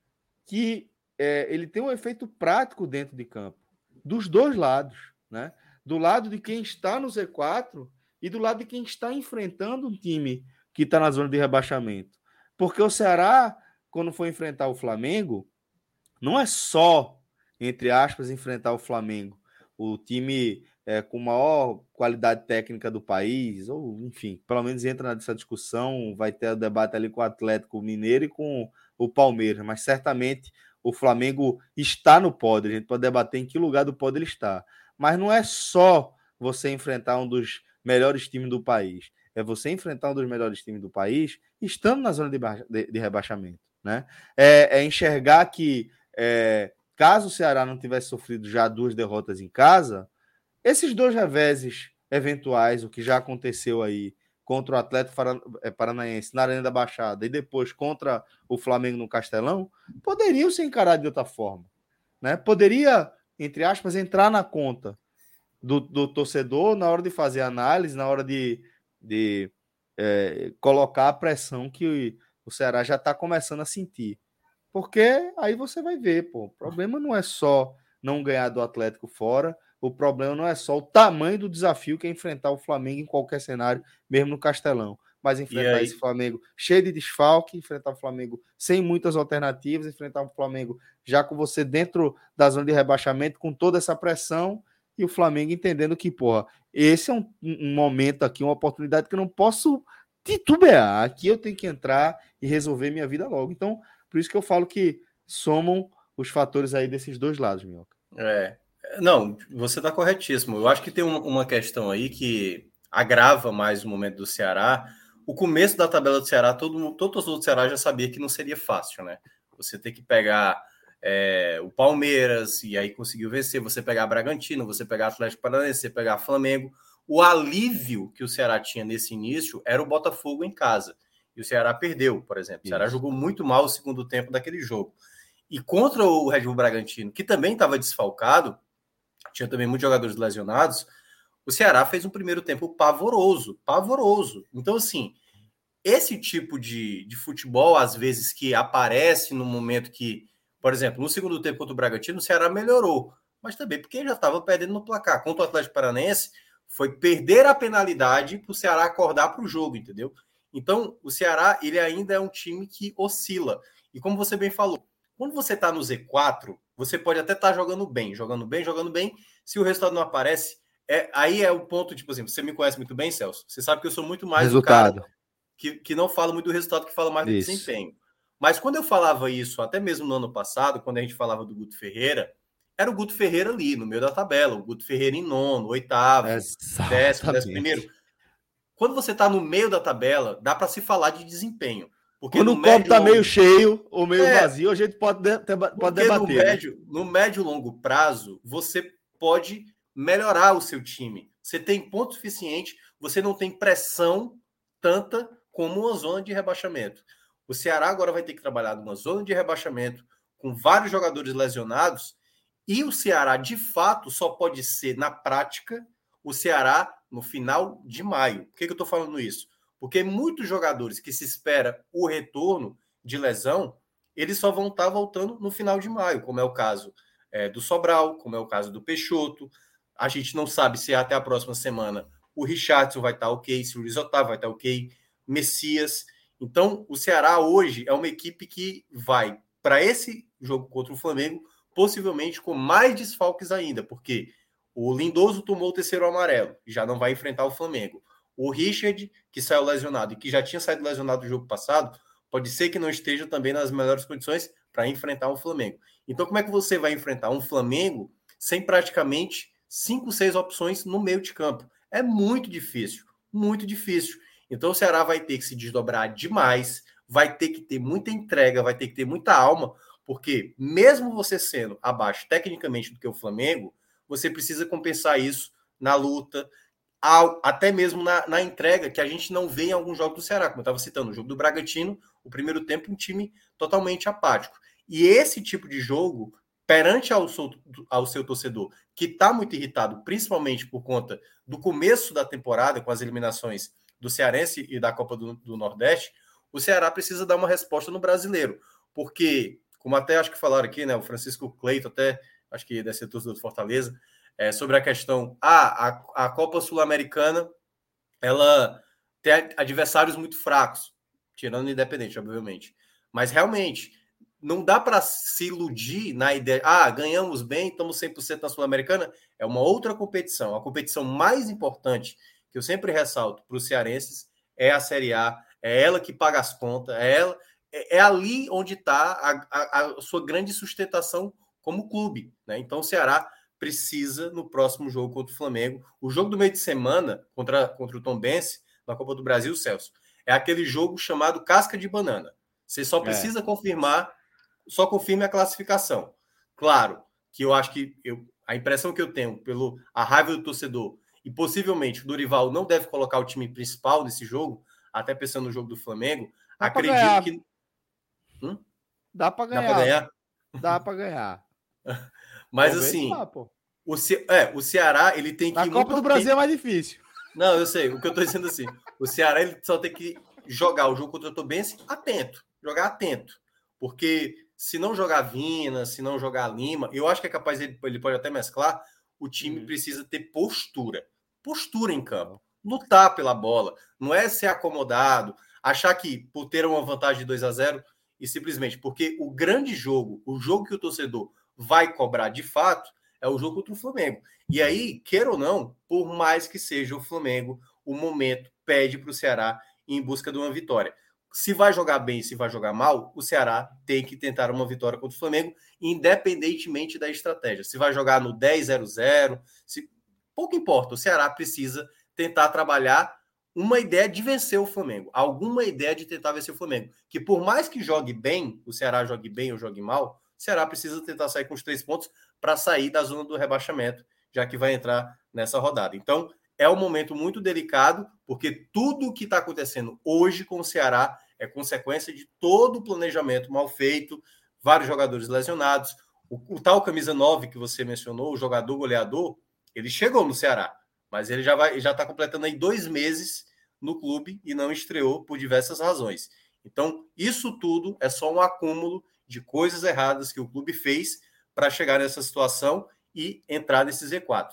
S1: que é, ele tem um efeito prático dentro de campo, dos dois lados, né? Do lado de quem está no Z quatro e do lado de quem está enfrentando um time que está na zona de rebaixamento. Porque o Ceará, quando for enfrentar o Flamengo, não é só, entre aspas, enfrentar o Flamengo, o time é, com maior qualidade técnica do país, ou enfim, pelo menos entra nessa discussão, vai ter o debate ali com o Atlético Mineiro e com o Palmeiras, mas certamente o Flamengo está no pódio, a gente pode debater em que lugar do pódio ele está, mas não é só você enfrentar um dos melhores times do país, é você enfrentar um dos melhores times do país estando na zona de, de, de rebaixamento, né? É, é enxergar que é, caso o Ceará não tivesse sofrido já duas derrotas em casa, esses dois reveses eventuais, o que já aconteceu aí contra o Atlético Paranaense na Arena da Baixada e depois contra o Flamengo no Castelão, poderiam ser encarados de outra forma, né? Poderia, entre aspas, entrar na conta do, do torcedor na hora de fazer análise, na hora de, de é, colocar a pressão que o Ceará já está começando a sentir. Porque aí você vai ver, pô, o problema não é só não ganhar do Atlético fora, o problema não é só o tamanho do desafio que é enfrentar o Flamengo em qualquer cenário, mesmo no Castelão, mas enfrentar esse Flamengo cheio de desfalque, enfrentar o Flamengo sem muitas alternativas, enfrentar o Flamengo já com você dentro da zona de rebaixamento, com toda essa pressão, e o Flamengo entendendo que, porra, esse é um, um momento aqui, uma oportunidade que eu não posso titubear, aqui eu tenho que entrar e resolver minha vida logo. Então, por isso que eu falo que somam os fatores aí desses dois lados, Minhoca.
S2: É. Não, você está corretíssimo. Eu acho que tem uma questão aí que agrava mais o momento do Ceará. O começo da tabela do Ceará, todo, todo torcedor do Ceará já sabia que não seria fácil, né? Você ter que pegar é, o Palmeiras e aí conseguiu vencer, você pegar Bragantino, você pegar Atlético Paranaense, você pegar Flamengo. O alívio que o Ceará tinha nesse início era o Botafogo em casa. E o Ceará perdeu, por exemplo. O Ceará Isso. jogou muito mal o segundo tempo daquele jogo. E contra o Red Bull Bragantino, que também estava desfalcado, tinha também muitos jogadores lesionados, o Ceará fez um primeiro tempo pavoroso, pavoroso. Então, assim, esse tipo de, de futebol, às vezes, que aparece no momento que, por exemplo, no segundo tempo contra o Bragantino, o Ceará melhorou, mas também porque já estava perdendo no placar. Contra o Atlético Paranaense, foi perder a penalidade para o Ceará acordar para o jogo, entendeu? Então, o Ceará, ele ainda é um time que oscila. E como você bem falou, quando você está no Z quatro, você pode até estar tá jogando bem, jogando bem, jogando bem. Se o resultado não aparece, é, aí é o ponto, tipo assim, você me conhece muito bem, Celso. Você sabe que eu sou muito mais
S1: resultado.
S2: o cara que, que não fala muito do resultado, que fala mais do
S1: isso.
S2: desempenho. Mas quando eu falava isso, até mesmo no ano passado, quando a gente falava do Guto Ferreira, era o Guto Ferreira ali, no meio da tabela. O Guto Ferreira em nono, oitavo,
S1: Exatamente.
S2: décimo, décimo primeiro. Quando você está no meio da tabela, dá para se falar de desempenho. Porque
S1: Quando o copo tá longo... meio cheio ou meio é, vazio, a gente pode, de, pode debater.
S2: No médio, né? no médio e longo prazo, você pode melhorar o seu time. Você tem ponto suficiente, você não tem pressão tanta como uma zona de rebaixamento. O Ceará agora vai ter que trabalhar numa zona de rebaixamento com vários jogadores lesionados e o Ceará, de fato, só pode ser, na prática, o Ceará no final de maio. Por que, que eu estou falando isso? Porque muitos jogadores que se espera o retorno de lesão, eles só vão estar voltando no final de maio, como é o caso é, do Sobral, como é o caso do Peixoto. A gente não sabe se até a próxima semana o Richardson vai estar ok, se o Luiz Otávio vai estar ok, Messias. Então, o Ceará hoje é uma equipe que vai para esse jogo contra o Flamengo, possivelmente com mais desfalques ainda, porque o Lindoso tomou o terceiro amarelo, já não vai enfrentar o Flamengo. O Richard, que saiu lesionado e que já tinha saído lesionado no jogo passado, pode ser que não esteja também nas melhores condições para enfrentar o Flamengo. Então, como é que você vai enfrentar um Flamengo sem praticamente cinco, seis opções no meio de campo? É muito difícil, muito difícil. Então, o Ceará vai ter que se desdobrar demais, vai ter que ter muita entrega, vai ter que ter muita alma, porque mesmo você sendo abaixo tecnicamente do que o Flamengo, você precisa compensar isso na luta, até mesmo na, na entrega, que a gente não vê em alguns jogos do Ceará. Como eu estava citando, o jogo do Bragantino, o primeiro tempo, um time totalmente apático. E esse tipo de jogo perante ao seu, ao seu torcedor, que está muito irritado, principalmente por conta do começo da temporada, com as eliminações do Cearense e da Copa do, do Nordeste, o Ceará precisa dar uma resposta no Brasileiro. Porque, como até acho que falaram aqui, né, o Francisco Cleito, até acho que deve ser torcedor do Fortaleza, é, sobre a questão, ah, a, a Copa Sul-Americana, ela tem adversários muito fracos, tirando o Independente, obviamente. Mas, realmente, não dá para se iludir na ideia, ah, ganhamos bem, estamos cem por cento na Sul-Americana. É uma outra competição. A competição mais importante, que eu sempre ressalto para os cearenses, é a Série A. É ela que paga as contas, é, ela, é, é ali onde está a, a, a sua grande sustentação como clube, né? Então, o Ceará precisa, no próximo jogo contra o Flamengo, o jogo do meio de semana contra, contra o Tombense, na Copa do Brasil, Celso, é aquele jogo chamado casca de banana. Você só precisa é. confirmar, só confirme a classificação. Claro que eu acho que eu, a impressão que eu tenho pelo a raiva do torcedor, e possivelmente o Dorival não deve colocar o time principal nesse jogo, até pensando no jogo do Flamengo,
S1: Dá
S2: acredito que...
S1: Hum? Dá para ganhar.
S2: Dá para ganhar?
S1: Dá para ganhar.
S2: Mas Talvez assim, lá, pô. O, Ce... é, o Ceará ele tem que...
S1: Na Copa do Brasil é mais difícil.
S2: Não, eu sei. O que eu tô dizendo assim, o Ceará ele só tem que jogar o jogo contra o Tombense atento. Jogar atento. Porque se não jogar Vina, se não jogar Lima, eu acho que é capaz, ele, ele pode até mesclar, o time hum. precisa ter postura. Postura em campo. Lutar pela bola. Não é ser acomodado, achar que por ter uma vantagem de dois a zero e simplesmente porque o grande jogo, o jogo que o torcedor vai cobrar de fato, é o jogo contra o Flamengo. E aí, queira ou não, por mais que seja o Flamengo, o momento pede para o Ceará ir em busca de uma vitória. Se vai jogar bem, se vai jogar mal, o Ceará tem que tentar uma vitória contra o Flamengo, independentemente da estratégia. Se vai jogar no dez a zero, se... pouco importa, o Ceará precisa tentar trabalhar uma ideia de vencer o Flamengo, alguma ideia de tentar vencer o Flamengo, que por mais que jogue bem, o Ceará jogue bem ou jogue mal, o Ceará precisa tentar sair com os três pontos para sair da zona do rebaixamento, já que vai entrar nessa rodada. Então, é um momento muito delicado, porque tudo o que está acontecendo hoje com o Ceará é consequência de todo o planejamento mal feito, vários jogadores lesionados. O, o tal camisa nove que você mencionou, o jogador goleador, ele chegou no Ceará, mas ele já vai, já está completando aí dois meses no clube e não estreou por diversas razões. Então, isso tudo é só um acúmulo de coisas erradas que o clube fez para chegar nessa situação e entrar nesse Z quatro.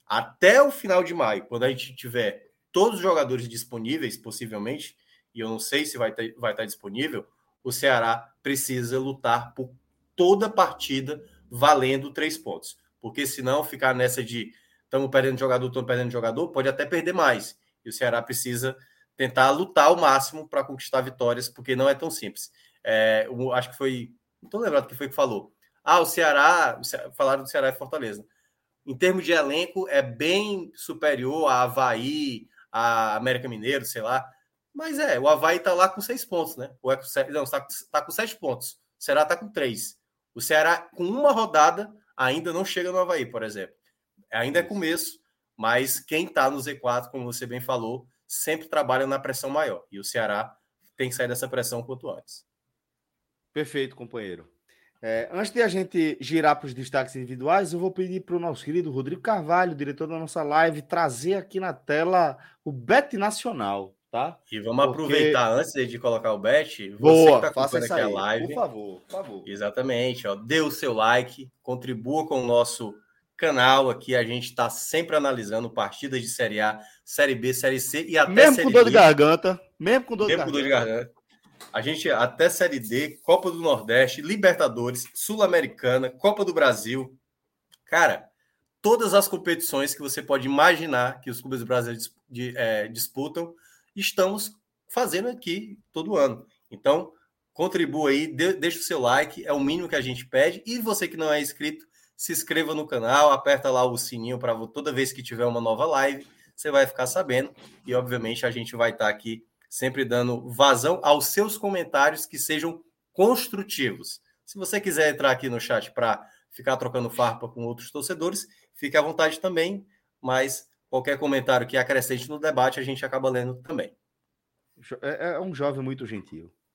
S2: Até o final de maio, quando a gente tiver todos os jogadores disponíveis, possivelmente, e eu não sei se vai, ter, vai estar disponível, o Ceará precisa lutar por toda partida valendo três pontos. Porque senão ficar nessa de estamos perdendo jogador, estamos perdendo jogador, pode até perder mais. E o Ceará precisa tentar lutar ao máximo para conquistar vitórias, porque não é tão simples. É, eu acho que foi... Não estou lembrado quem foi que falou. Ah, o Ceará... Falaram do Ceará e Fortaleza. Em termos de elenco, é bem superior a Avaí, a América Mineiro, sei lá. Mas é, o Avaí está lá com seis pontos, né? O é, não, está tá com sete pontos. O Ceará está com três. O Ceará, com uma rodada, ainda não chega no Avaí, por exemplo. Ainda é começo, mas quem está no Z quatro, como você bem falou, sempre trabalha na pressão maior. E o Ceará tem que sair dessa pressão quanto antes.
S1: Perfeito, companheiro. É, antes de a gente girar para os destaques individuais, eu vou pedir para o nosso querido Rodrigo Carvalho, diretor da nossa live, trazer aqui na tela o Bet Nacional, tá?
S2: E vamos Porque... aproveitar, antes de colocar o Bet, você
S1: Boa,
S2: que está acompanhando aqui
S1: aí,
S2: a live.
S1: Por favor, por favor.
S2: Exatamente, ó, dê o seu like, contribua com o nosso canal aqui, a gente está sempre analisando partidas de Série A, Série B, Série C e até
S1: mesmo
S2: Série
S1: com dor
S2: D.
S1: de garganta, mesmo com dor,
S2: mesmo
S1: de,
S2: com
S1: garganta.
S2: dor de garganta. A gente até Série D, Copa do Nordeste, Libertadores, Sul-Americana, Copa do Brasil. Cara, todas as competições que você pode imaginar que os clubes brasileiros de, é, disputam, estamos fazendo aqui todo ano. Então, contribua aí, de, deixa o seu like, é o mínimo que a gente pede. E você que não é inscrito, se inscreva no canal, aperta lá o sininho para toda vez que tiver uma nova live, você vai ficar sabendo. E, obviamente, a gente vai estar aqui sempre dando vazão aos seus comentários que sejam construtivos. Se você quiser entrar aqui no chat para ficar trocando farpa com outros torcedores, fique à vontade também, mas qualquer comentário que acrescente no debate, a gente acaba lendo também.
S1: É, é um jovem muito gentil.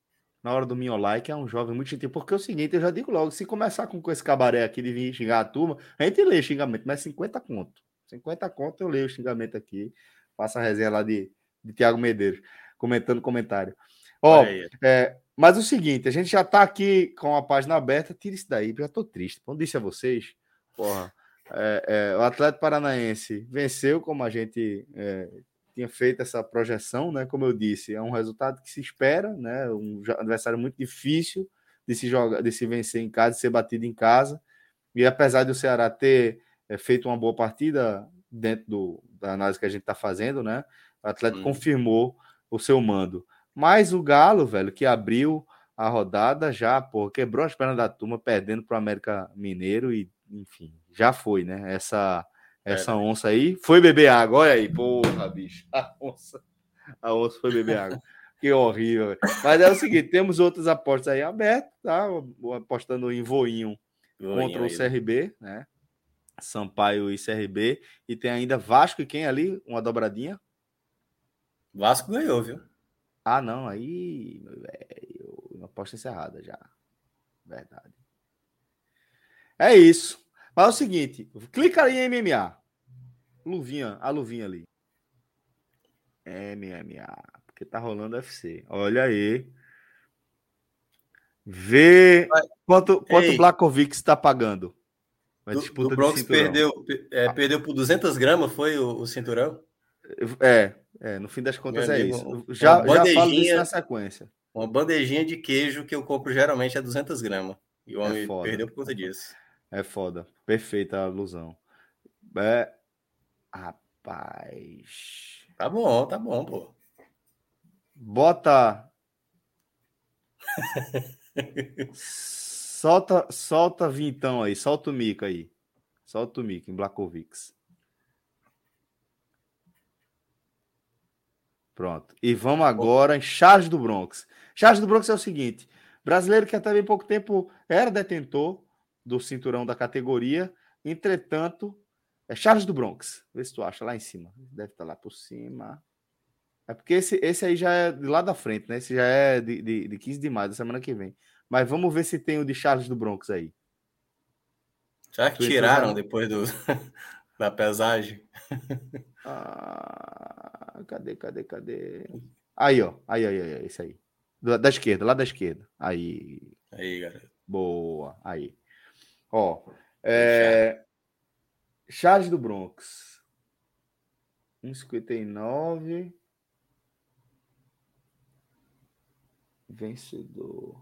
S1: na hora do Minholai, que é um jovem muito gentil. Porque é o seguinte, eu já digo logo, se começar com, com esse cabaré aqui de vir xingar a turma, a gente lê xingamento, mas cinquenta conto. cinquenta conto eu leio o xingamento aqui. Faço a resenha lá de, de Thiago Medeiros, comentando comentário. Ó, é, mas o seguinte, a gente já tá aqui com a página aberta, tira isso daí, já tô triste. Como disse a vocês, porra, é, é, o Atlético Paranaense venceu, como a gente é, tinha feito essa projeção, né? Como eu disse, é um resultado que se espera, né? Um adversário muito difícil de se jogar, de se vencer em casa, de ser batido em casa. E apesar do Ceará ter é, feito uma boa partida dentro do, da análise que a gente está fazendo, né? O Atlético hum. confirmou o seu mando. Mas o Galo, velho, que abriu a rodada já, pô, quebrou as pernas da turma, perdendo para o América Mineiro e, enfim, já foi, né? Essa, essa é, onça aí foi beber água, olha aí, porra, bicho. A onça, a onça foi beber água. Que horrível, velho. Mas é o seguinte, temos outras apostas aí abertas, tá? Apostando em voinho contra o C R B, né? Sampaio e C R B. E tem ainda Vasco e quem ali? Uma dobradinha?
S2: Vasco ganhou, viu?
S1: Ah, não, aí, meu velho, uma aposta encerrada já. Verdade. É isso. Mas é o seguinte, clica aí em M M A. Luvinha, a luvinha ali. M M A, porque tá rolando U F C. Olha aí. Vê quanto, quanto o Blachowicz está pagando.
S2: Do, do Bronx perdeu, é, perdeu por duzentas gramas, foi o, o cinturão?
S1: É, é, no fim das contas é isso. Já, já falo disso na sequência.
S2: Uma bandejinha de queijo que eu compro geralmente é duzentas gramas. E o homem é perdeu por conta disso.
S1: É foda. Perfeita a alusão. É... Rapaz.
S2: Tá bom, tá bom, pô.
S1: Bota. solta, solta vintão aí. Solta o mico aí. Solta o mico em Blachowicz. Pronto. E vamos agora em Charles do Bronx. Charles do Bronx é o seguinte: brasileiro que até bem pouco tempo era detentor do cinturão da categoria. Entretanto, é Charles do Bronx. Vê se tu acha lá em cima. Deve estar lá por cima. É porque esse, esse aí já é de lá da frente, né? Esse já é de, de, de quinze de maio, da semana que vem. Mas vamos ver se tem o de Charles do Bronx aí.
S2: Já que tiraram já... depois do, da pesagem?
S1: Ah, cadê, cadê, cadê? Aí, ó. Aí, aí, aí, esse aí. Da, da esquerda, lá da esquerda. Aí.
S2: Aí, galera.
S1: Boa. Aí. Ó. É... Charles do Bronx. um e cinquenta e nove. Vencedor.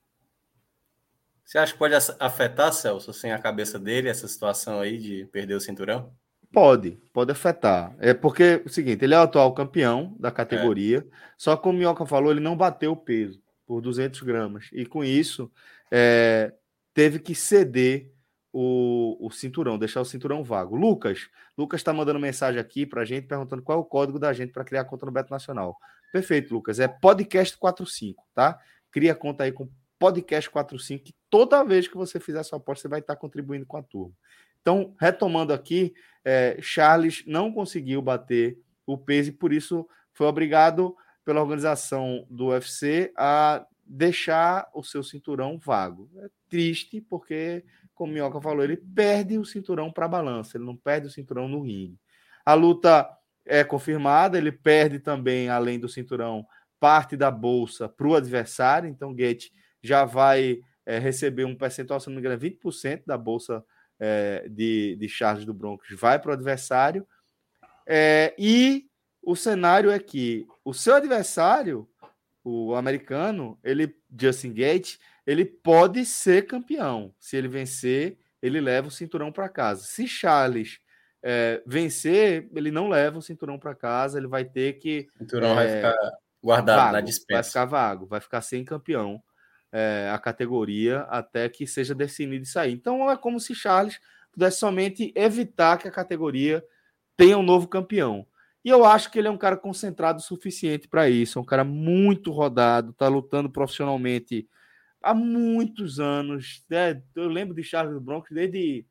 S2: Você acha que pode afetar, Celso, assim, a cabeça dele, essa situação aí de perder o cinturão?
S1: Pode, pode afetar. É porque é o seguinte, ele é o atual campeão da categoria, é. Só que como o Minhoca falou, ele não bateu o peso por duzentos gramas. E com isso, é, teve que ceder o, o cinturão, deixar o cinturão vago. Lucas, Lucas está mandando mensagem aqui para a gente, perguntando qual é o código da gente para criar a conta no Beto Nacional. Perfeito, Lucas. É podcast quarenta e cinco, tá? Cria a conta aí com podcast quarenta e cinco, que toda vez que você fizer sua aposta, você vai estar contribuindo com a turma. Então, retomando aqui, é, Charles não conseguiu bater o peso e por isso foi obrigado pela organização do U F C a deixar o seu cinturão vago. É triste porque, como o Minhoca falou, ele perde o cinturão para a balança, ele não perde o cinturão no ringue. A luta é confirmada, ele perde também, além do cinturão, parte da bolsa para o adversário, então Gaethje já vai é, receber um percentual, se não me engano, vinte por cento da bolsa É, de, de Charles do Bronx vai para o adversário, é, e o cenário é que o seu adversário, o americano, ele, Justin Gaethje, ele pode ser campeão. Se ele vencer, ele leva o cinturão para casa. Se Charles é, vencer, ele não leva o cinturão para casa, ele vai ter que...
S2: O cinturão é, vai ficar guardado
S1: vago,
S2: na dispensa.
S1: Vai ficar vago, vai ficar sem campeão. É, a categoria até que seja definido isso aí. Então é como se Charles pudesse somente evitar que a categoria tenha um novo campeão. E eu acho que ele é um cara concentrado o suficiente para isso, é um cara muito rodado, está lutando profissionalmente há muitos anos. Né? Eu lembro de Charles do Bronx desde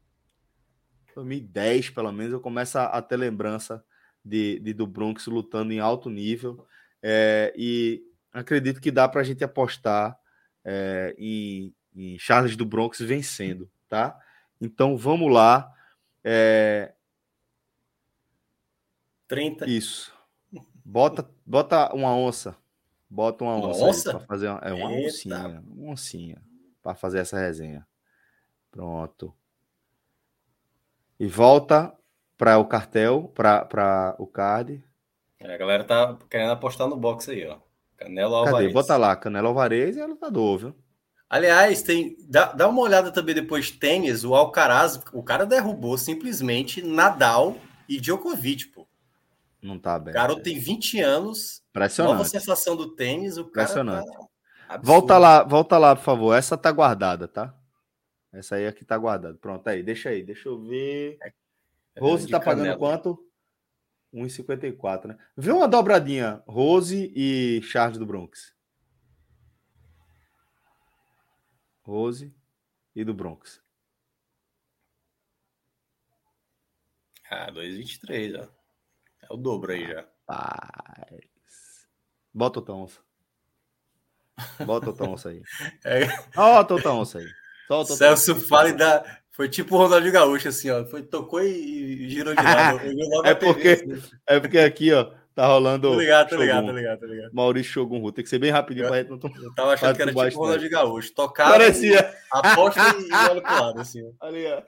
S1: dois mil e dez, pelo menos, eu começo a, a ter lembrança de, de do Bronx lutando em alto nível. É, e acredito que dá para a gente apostar é, em, em Charles do Bronx vencendo, tá? Então vamos lá. É...
S2: trinta.
S1: Isso. Bota, bota uma onça. Bota uma onça aí para
S2: Nossa!
S1: fazer uma, é uma
S2: Eita!
S1: oncinha, uma oncinha para fazer essa resenha. Pronto. E volta para o cartel, para o card.
S2: A galera tá querendo apostar no boxe aí, ó. Canelo
S1: Cadê? Bota
S2: Alvarez.
S1: lá, Canelo Alvarez é lutador, viu?
S2: Aliás, tem, dá, dá uma olhada também depois de tênis, o Alcaraz, o cara derrubou simplesmente Nadal e Djokovic, pô.
S1: Não tá
S2: O
S1: bem.
S2: garoto
S1: É.
S2: tem vinte anos, nova
S1: Impressionante.
S2: sensação do tênis, o cara tá
S1: Impressionante.
S2: absurdo.
S1: Volta lá, volta lá, por favor. Essa tá guardada, tá? Essa aí aqui tá guardada. Pronto, aí, deixa aí, deixa eu ver.
S2: É
S1: Rose
S2: de
S1: tá pagando
S2: Canelo.
S1: quanto? um e cinquenta e quatro, né? Vê uma dobradinha, Rose e Charles do Bronx. Rose e do Bronx.
S2: Ah, dois e vinte e três, ó. É o dobro aí já.
S1: Paz. Bota o Tonça. Bota o Tonça aí.
S2: É.
S1: Solta o Tonça aí. Solta o
S2: Celso
S1: Tonça.
S2: fala e dá. Foi tipo o Ronaldinho Gaúcho, assim, ó. Foi, tocou e girou de lado. Eu vi logo
S1: é,
S2: a T V,
S1: porque,
S2: assim.
S1: é porque aqui, ó, tá rolando
S2: Tô ligado, tô ligado, tô
S1: Shogun.
S2: ligado, tô ligado.
S1: Maurício Shogun Ru. Tem que ser bem rapidinho
S2: Eu,
S1: pra gente não tomar.
S2: eu tava achando que era tipo o Ronaldinho Gaúcho. Tocava,
S1: Parecia.
S2: aposta e olha pro lado, assim.
S1: Ali, ó.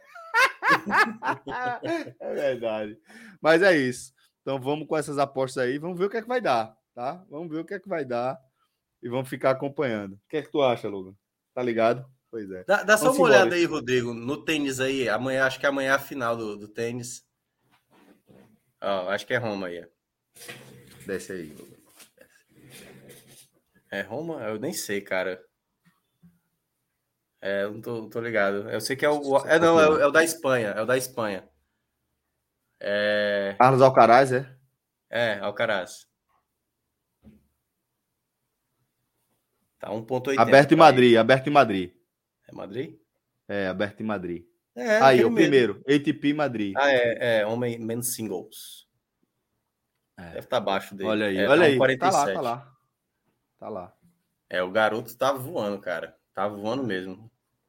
S1: É verdade. Mas é isso. Então vamos com essas apostas aí. Vamos ver o que é que vai dar, tá? Vamos ver o que é que vai dar. E vamos ficar acompanhando. O que é que tu acha, Logan? Tá ligado? Pois é.
S2: Dá, dá só
S1: Vamos
S2: uma
S1: embora.
S2: olhada aí, Rodrigo, no tênis aí. Amanhã, acho que amanhã é a final do, do tênis. Ó, acho que é Roma aí.
S1: Desce aí, Logan.
S2: É Roma? Eu nem sei, cara. É, eu não tô, não tô ligado. Eu sei que é o. É, não, é, o- é o da Espanha. É o da Espanha. É.
S1: Carlos Alcaraz, é?
S2: É, Alcaraz. Tá um ponto oitenta.
S1: Aberto em Madrid, aberto em Madrid.
S2: É Madrid?
S1: É, aberto em Madrid.
S2: É,
S1: Aí,
S2: aquele
S1: o
S2: mesmo.
S1: primeiro, A T P Madrid.
S2: Ah, é, é homem men's singles.
S1: É.
S2: Deve estar abaixo dele.
S1: Olha aí,
S2: É,
S1: olha
S2: tá
S1: aí.
S2: um quarenta
S1: Tá
S2: e
S1: lá,
S2: sete.
S1: tá lá. Tá lá.
S2: É, o garoto tá voando, cara. Tá voando mesmo.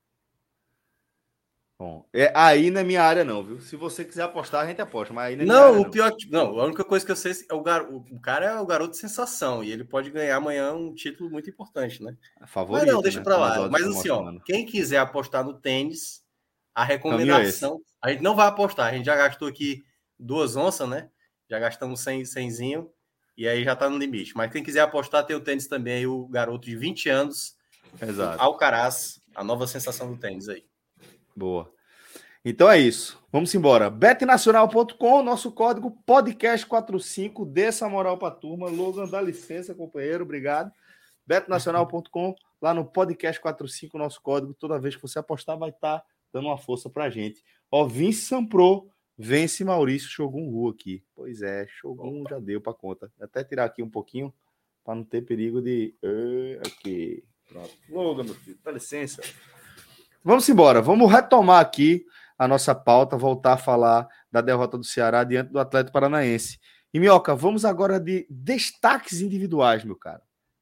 S1: Bom, é, aí não é minha área, não, viu? Se você quiser apostar, a gente aposta, mas aí não é minha
S2: Não,
S1: área,
S2: o
S1: não.
S2: pior que. Não, a única coisa que eu sei é o, gar... o cara é o garoto sensação e ele pode ganhar amanhã um título muito importante, né?
S1: Favorito,
S2: Mas não, deixa
S1: né?
S2: pra
S1: Como os
S2: lá.
S1: odds
S2: Mas
S1: estão
S2: assim, ó,
S1: mostrando.
S2: quem quiser apostar no tênis, a
S1: Caminho é esse.
S2: recomendação. A gente não vai apostar, a gente já gastou aqui duas onças, né? Já gastamos cem, cenzinho e aí já tá no limite. Mas quem quiser apostar, tem o tênis também aí, o garoto de vinte anos,
S1: Exato.
S2: Alcaraz, a nova sensação do tênis aí.
S1: Boa. Então é isso. Vamos embora. bet nacional ponto com, nosso código podcast quarenta e cinco. Dê essa moral pra turma. Logan, dá licença, companheiro. Obrigado. bet nacional ponto com, lá no podcast quarenta e cinco, nosso código. Toda vez que você apostar, vai estar tá dando uma força pra gente. Ó, Vince Sampro vence Maurício Shogun Ru aqui. Pois é, Shogun Opa. Já deu pra conta. Vou até tirar aqui um pouquinho para não ter perigo de. Aqui. Pronto. Logan, meu filho, dá licença. Vamos embora. Vamos retomar aqui a nossa pauta, voltar a falar da derrota do Ceará diante do Atlético Paranaense. E, Minhoca, vamos agora de destaques individuais, meu cara.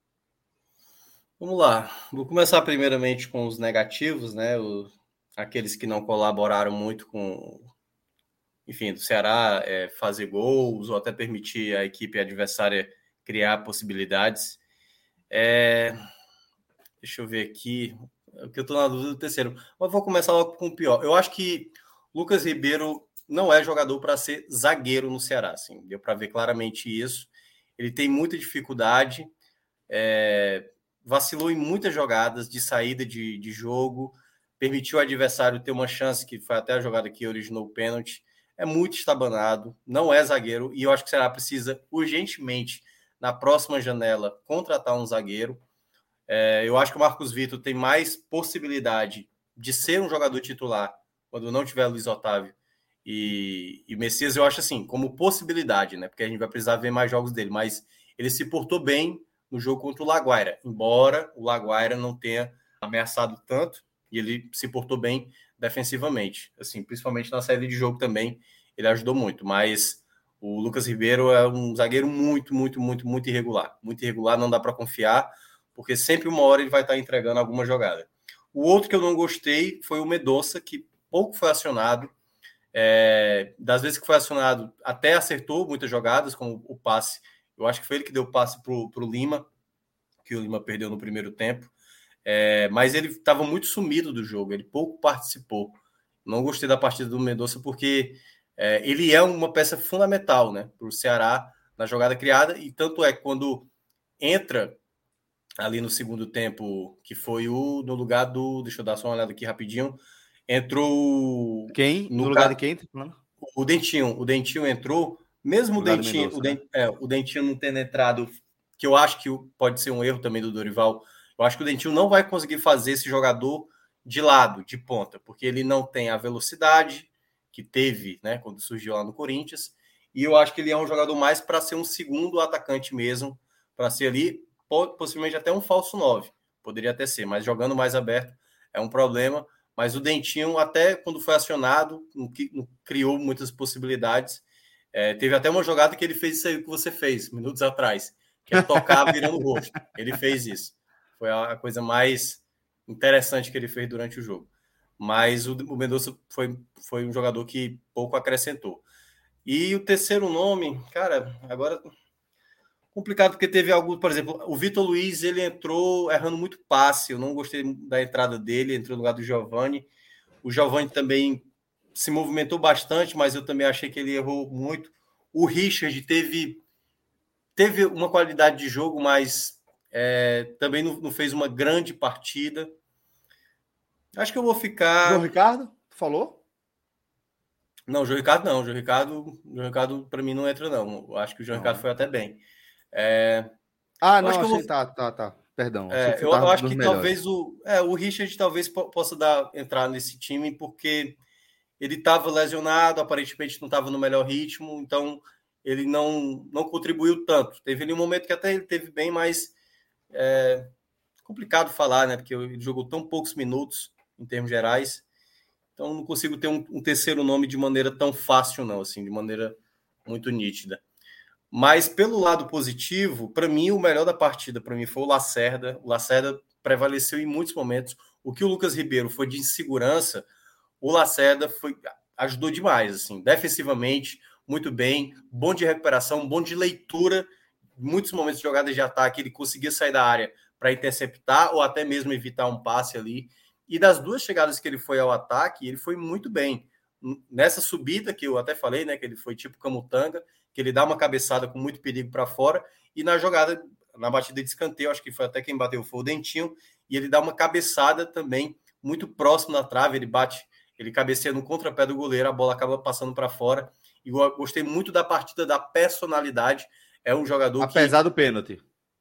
S2: Vamos lá. Vou começar primeiramente com os negativos, né? O, aqueles que não colaboraram muito com, enfim, do Ceará é, fazer gols ou até permitir a equipe adversária criar possibilidades. É, deixa eu ver aqui, porque eu estou na dúvida do terceiro. Mas vou começar logo com o pior. Eu acho que Lucas Ribeiro não é jogador para ser zagueiro no Ceará. Assim, deu para ver claramente isso. Ele tem muita dificuldade, é, vacilou em muitas jogadas de saída de, de jogo, permitiu o adversário ter uma chance, que foi até a jogada que originou o pênalti. É muito estabanado, não é zagueiro, e eu acho que o Ceará precisa urgentemente, na próxima janela, contratar um zagueiro. É, eu acho que o Marcos Vitor tem mais possibilidade de ser um jogador titular quando não tiver Luiz Otávio e, e Messias. Eu acho assim, como possibilidade, né? Porque a gente vai precisar ver mais jogos dele, mas ele se portou bem no jogo contra o Laguaira, embora o Laguaira não tenha ameaçado tanto, e ele se portou bem defensivamente, assim, principalmente na saída de jogo também, ele ajudou muito, mas O Lucas Ribeiro é um zagueiro muito, muito, muito, muito irregular. Muito irregular, não dá para confiar, porque sempre uma hora ele vai estar entregando alguma jogada. O outro que eu não gostei foi o Mendonça, que pouco foi acionado. É, das vezes que foi acionado, até acertou muitas jogadas, como o passe. Eu acho que foi ele que deu o passe para o Lima, que o Lima perdeu no primeiro tempo. É, mas ele estava muito sumido do jogo, ele pouco participou. Não gostei da partida do Mendonça porque é, ele é uma peça fundamental, né, para o Ceará na jogada criada, e tanto é que quando entra ali no segundo tempo, que foi o no lugar do. Deixa eu dar só uma olhada aqui rapidinho. Entrou.
S1: Quem? No, no lugar de quem?
S2: O Dentinho. O Dentinho entrou. Mesmo o Dentinho,
S1: Mendonça,
S2: o, Den,
S1: né?
S2: é, o Dentinho não tendo entrado, que eu acho que pode ser um erro também do Dorival. Eu acho que o Dentinho não vai conseguir fazer esse jogador de lado, de ponta, porque ele não tem a velocidade que teve, né, quando surgiu lá no Corinthians. E eu acho que ele é um jogador mais para ser um segundo atacante mesmo, para ser ali, possivelmente até um falso nove. Poderia até ser, mas jogando mais aberto é um problema. Mas o Dentinho, até quando foi acionado, não, não criou muitas possibilidades. É, teve até uma jogada que ele fez isso aí que você fez, minutos atrás, que é tocar virando o rosto. Ele fez isso. Foi a coisa mais interessante que ele fez durante o jogo. Mas o, o Mendonça foi, foi um jogador que pouco acrescentou. E o terceiro nome, cara, agora complicado porque teve algo, por exemplo, o Vitor Luiz, ele entrou errando muito passe, eu não gostei da entrada dele, entrou no lugar do Giovani. O Giovani também se movimentou bastante, mas eu também achei que ele errou muito. O Richard teve, teve uma qualidade de jogo, mas é, também não, não fez uma grande partida. Acho que eu vou ficar...
S1: João Ricardo, tu falou?
S2: Não, o João Ricardo não. O João Ricardo, João Ricardo para mim, não entra, não. Eu acho que o João não, Ricardo né? foi até bem. É...
S1: Ah, eu não, acho que achei, eu vou... tá, tá, tá. Perdão.
S2: É,
S1: achei que
S2: eu, eu acho que melhores. talvez o, é, o Richard talvez possa dar, entrar nesse time, porque ele estava lesionado, aparentemente não estava no melhor ritmo, então ele não, não contribuiu tanto. Teve ali um momento que até ele teve bem, mas é complicado falar, né? Porque ele jogou tão poucos minutos em termos gerais, então não consigo ter um, um terceiro nome de maneira tão fácil, não, assim, de maneira muito nítida. Mas pelo lado positivo, para mim, o melhor da partida para mim foi o Lacerda. O Lacerda prevaleceu em muitos momentos. O que o Lucas Ribeiro foi de insegurança, o Lacerda foi, ajudou demais, assim, defensivamente, muito bem, bom de recuperação, bom de leitura. Em muitos momentos de jogadas de ataque, ele conseguia sair da área para interceptar ou até mesmo evitar um passe ali. E das duas chegadas que ele foi ao ataque, ele foi muito bem. Nessa subida, que eu até falei, né, que ele foi tipo Camutanga, que ele dá uma cabeçada com muito perigo para fora, e na jogada, na batida de escanteio, acho que foi até quem bateu foi o Dentinho, e ele dá uma cabeçada também muito próximo da trave, ele bate, ele cabeceia no contrapé do goleiro, a bola acaba passando para fora, e eu gostei muito da partida, da personalidade, é um jogador
S1: apesar que... Apesar do pênalti.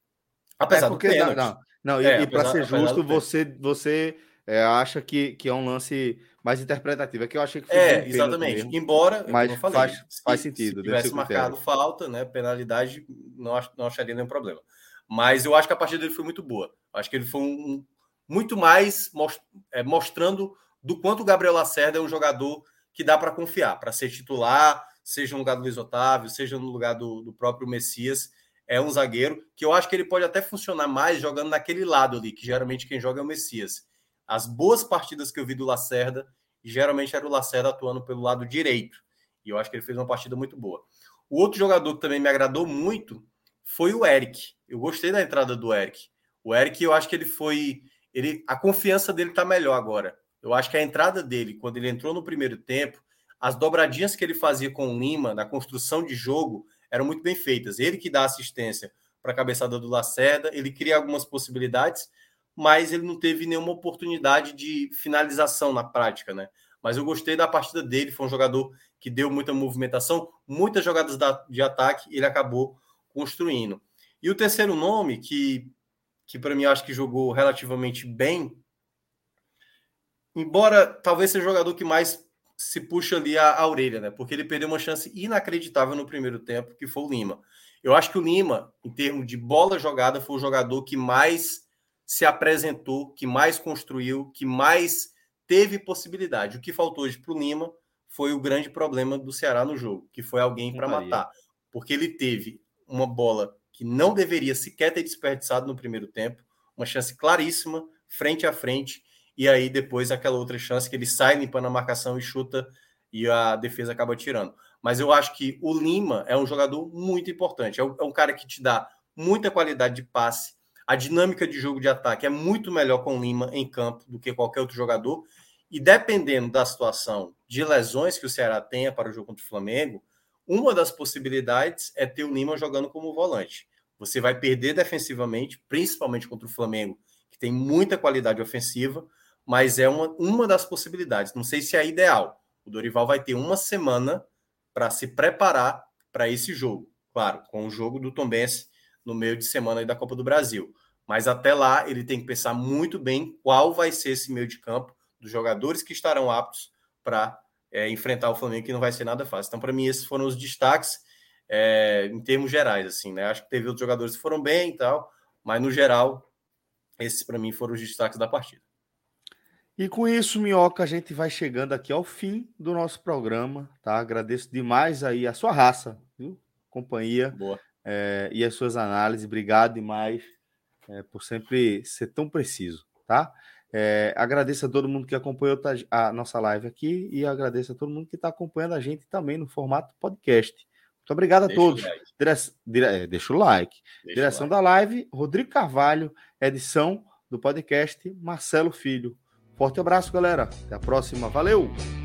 S2: Apesar
S1: é porque,
S2: do pênalti.
S1: Não, não, e,
S2: é,
S1: e para ser justo, você, você é, acha que, que é um lance mais interpretativo. É que eu achei que foi
S2: É,
S1: um
S2: exatamente.
S1: Mesmo,
S2: Embora,
S1: mas
S2: como eu falei,
S1: faz,
S2: se,
S1: faz sentido.
S2: Se tivesse marcado falta, né, penalidade, não, ach, não acharia nenhum problema. Mas eu acho que a partida dele foi muito boa. Eu acho que ele foi um, um muito mais most, é, mostrando do quanto o Gabriel Lacerda é um jogador que dá para confiar, para ser titular, seja no lugar do Luiz Otávio, seja no lugar do, do próprio Messias. É um zagueiro que eu acho que ele pode até funcionar mais jogando naquele lado ali, que geralmente quem joga é o Messias. As boas partidas que eu vi do Lacerda, geralmente era o Lacerda atuando pelo lado direito. E eu acho que ele fez uma partida muito boa. O outro jogador que também me agradou muito foi o Eric. Eu gostei da entrada do Eric. O Eric, eu acho que ele foi... Ele, a confiança dele está melhor agora. Eu acho que a entrada dele, quando ele entrou no primeiro tempo, as dobradinhas que ele fazia com o Lima, na construção de jogo, eram muito bem feitas. Ele que dá assistência para a cabeçada do Lacerda, ele cria algumas possibilidades, mas ele não teve nenhuma oportunidade de finalização na prática, né? Mas eu gostei da partida dele, foi um jogador que deu muita movimentação, muitas jogadas de ataque, ele acabou construindo. E o terceiro nome, que, que para mim eu acho que jogou relativamente bem, embora talvez seja o jogador que mais se puxa ali a, a orelha, né? Porque ele perdeu uma chance inacreditável no primeiro tempo, que foi o Lima. Eu acho que o Lima, em termos de bola jogada, foi o jogador que mais se apresentou, que mais construiu, que mais teve possibilidade. O que faltou hoje para o Lima foi o grande problema do Ceará no jogo, que foi alguém para matar. Porque ele teve uma bola que não deveria sequer ter desperdiçado no primeiro tempo, uma chance claríssima, frente a frente, e aí depois aquela outra chance que ele sai limpando a marcação e chuta, e a defesa acaba tirando. Mas eu acho que o Lima é um jogador muito importante, é um cara que te dá muita qualidade de passe, a dinâmica de jogo de ataque é muito melhor com o Lima em campo do que qualquer outro jogador, e dependendo da situação de lesões que o Ceará tenha para o jogo contra o Flamengo, uma das possibilidades é ter o Lima jogando como volante. Você vai perder defensivamente, principalmente contra o Flamengo, que tem muita qualidade ofensiva, mas é uma, uma das possibilidades. Não sei se é ideal. O Dorival vai ter uma semana para se preparar para esse jogo. Claro, com o jogo do Tombense no meio de semana aí da Copa do Brasil. Mas até lá, ele tem que pensar muito bem qual vai ser esse meio de campo dos jogadores que estarão aptos para é, enfrentar o Flamengo, que não vai ser nada fácil. Então, para mim, esses foram os destaques é, em termos gerais. Assim, né? Acho que teve outros jogadores que foram bem e tal, mas no geral, esses para mim foram os destaques da partida.
S1: E com isso, Minhoca, a gente vai chegando aqui ao fim do nosso programa, tá? Agradeço demais aí a sua raça, viu? Companhia.
S2: Boa.
S1: É, e as suas análises. Obrigado demais é, por sempre ser tão preciso, tá? É, agradeço a todo mundo que acompanhou a nossa live aqui e agradeço a todo mundo que está acompanhando a gente também no formato podcast. Muito obrigado a
S2: deixa
S1: todos.
S2: O like.
S1: Dire... Dire... É, deixa o like.
S2: Deixa
S1: Direção
S2: o like.
S1: da live, Rodrigo Carvalho. Edição do podcast, Marcelo Filho. Forte abraço, galera. Até a próxima. Valeu!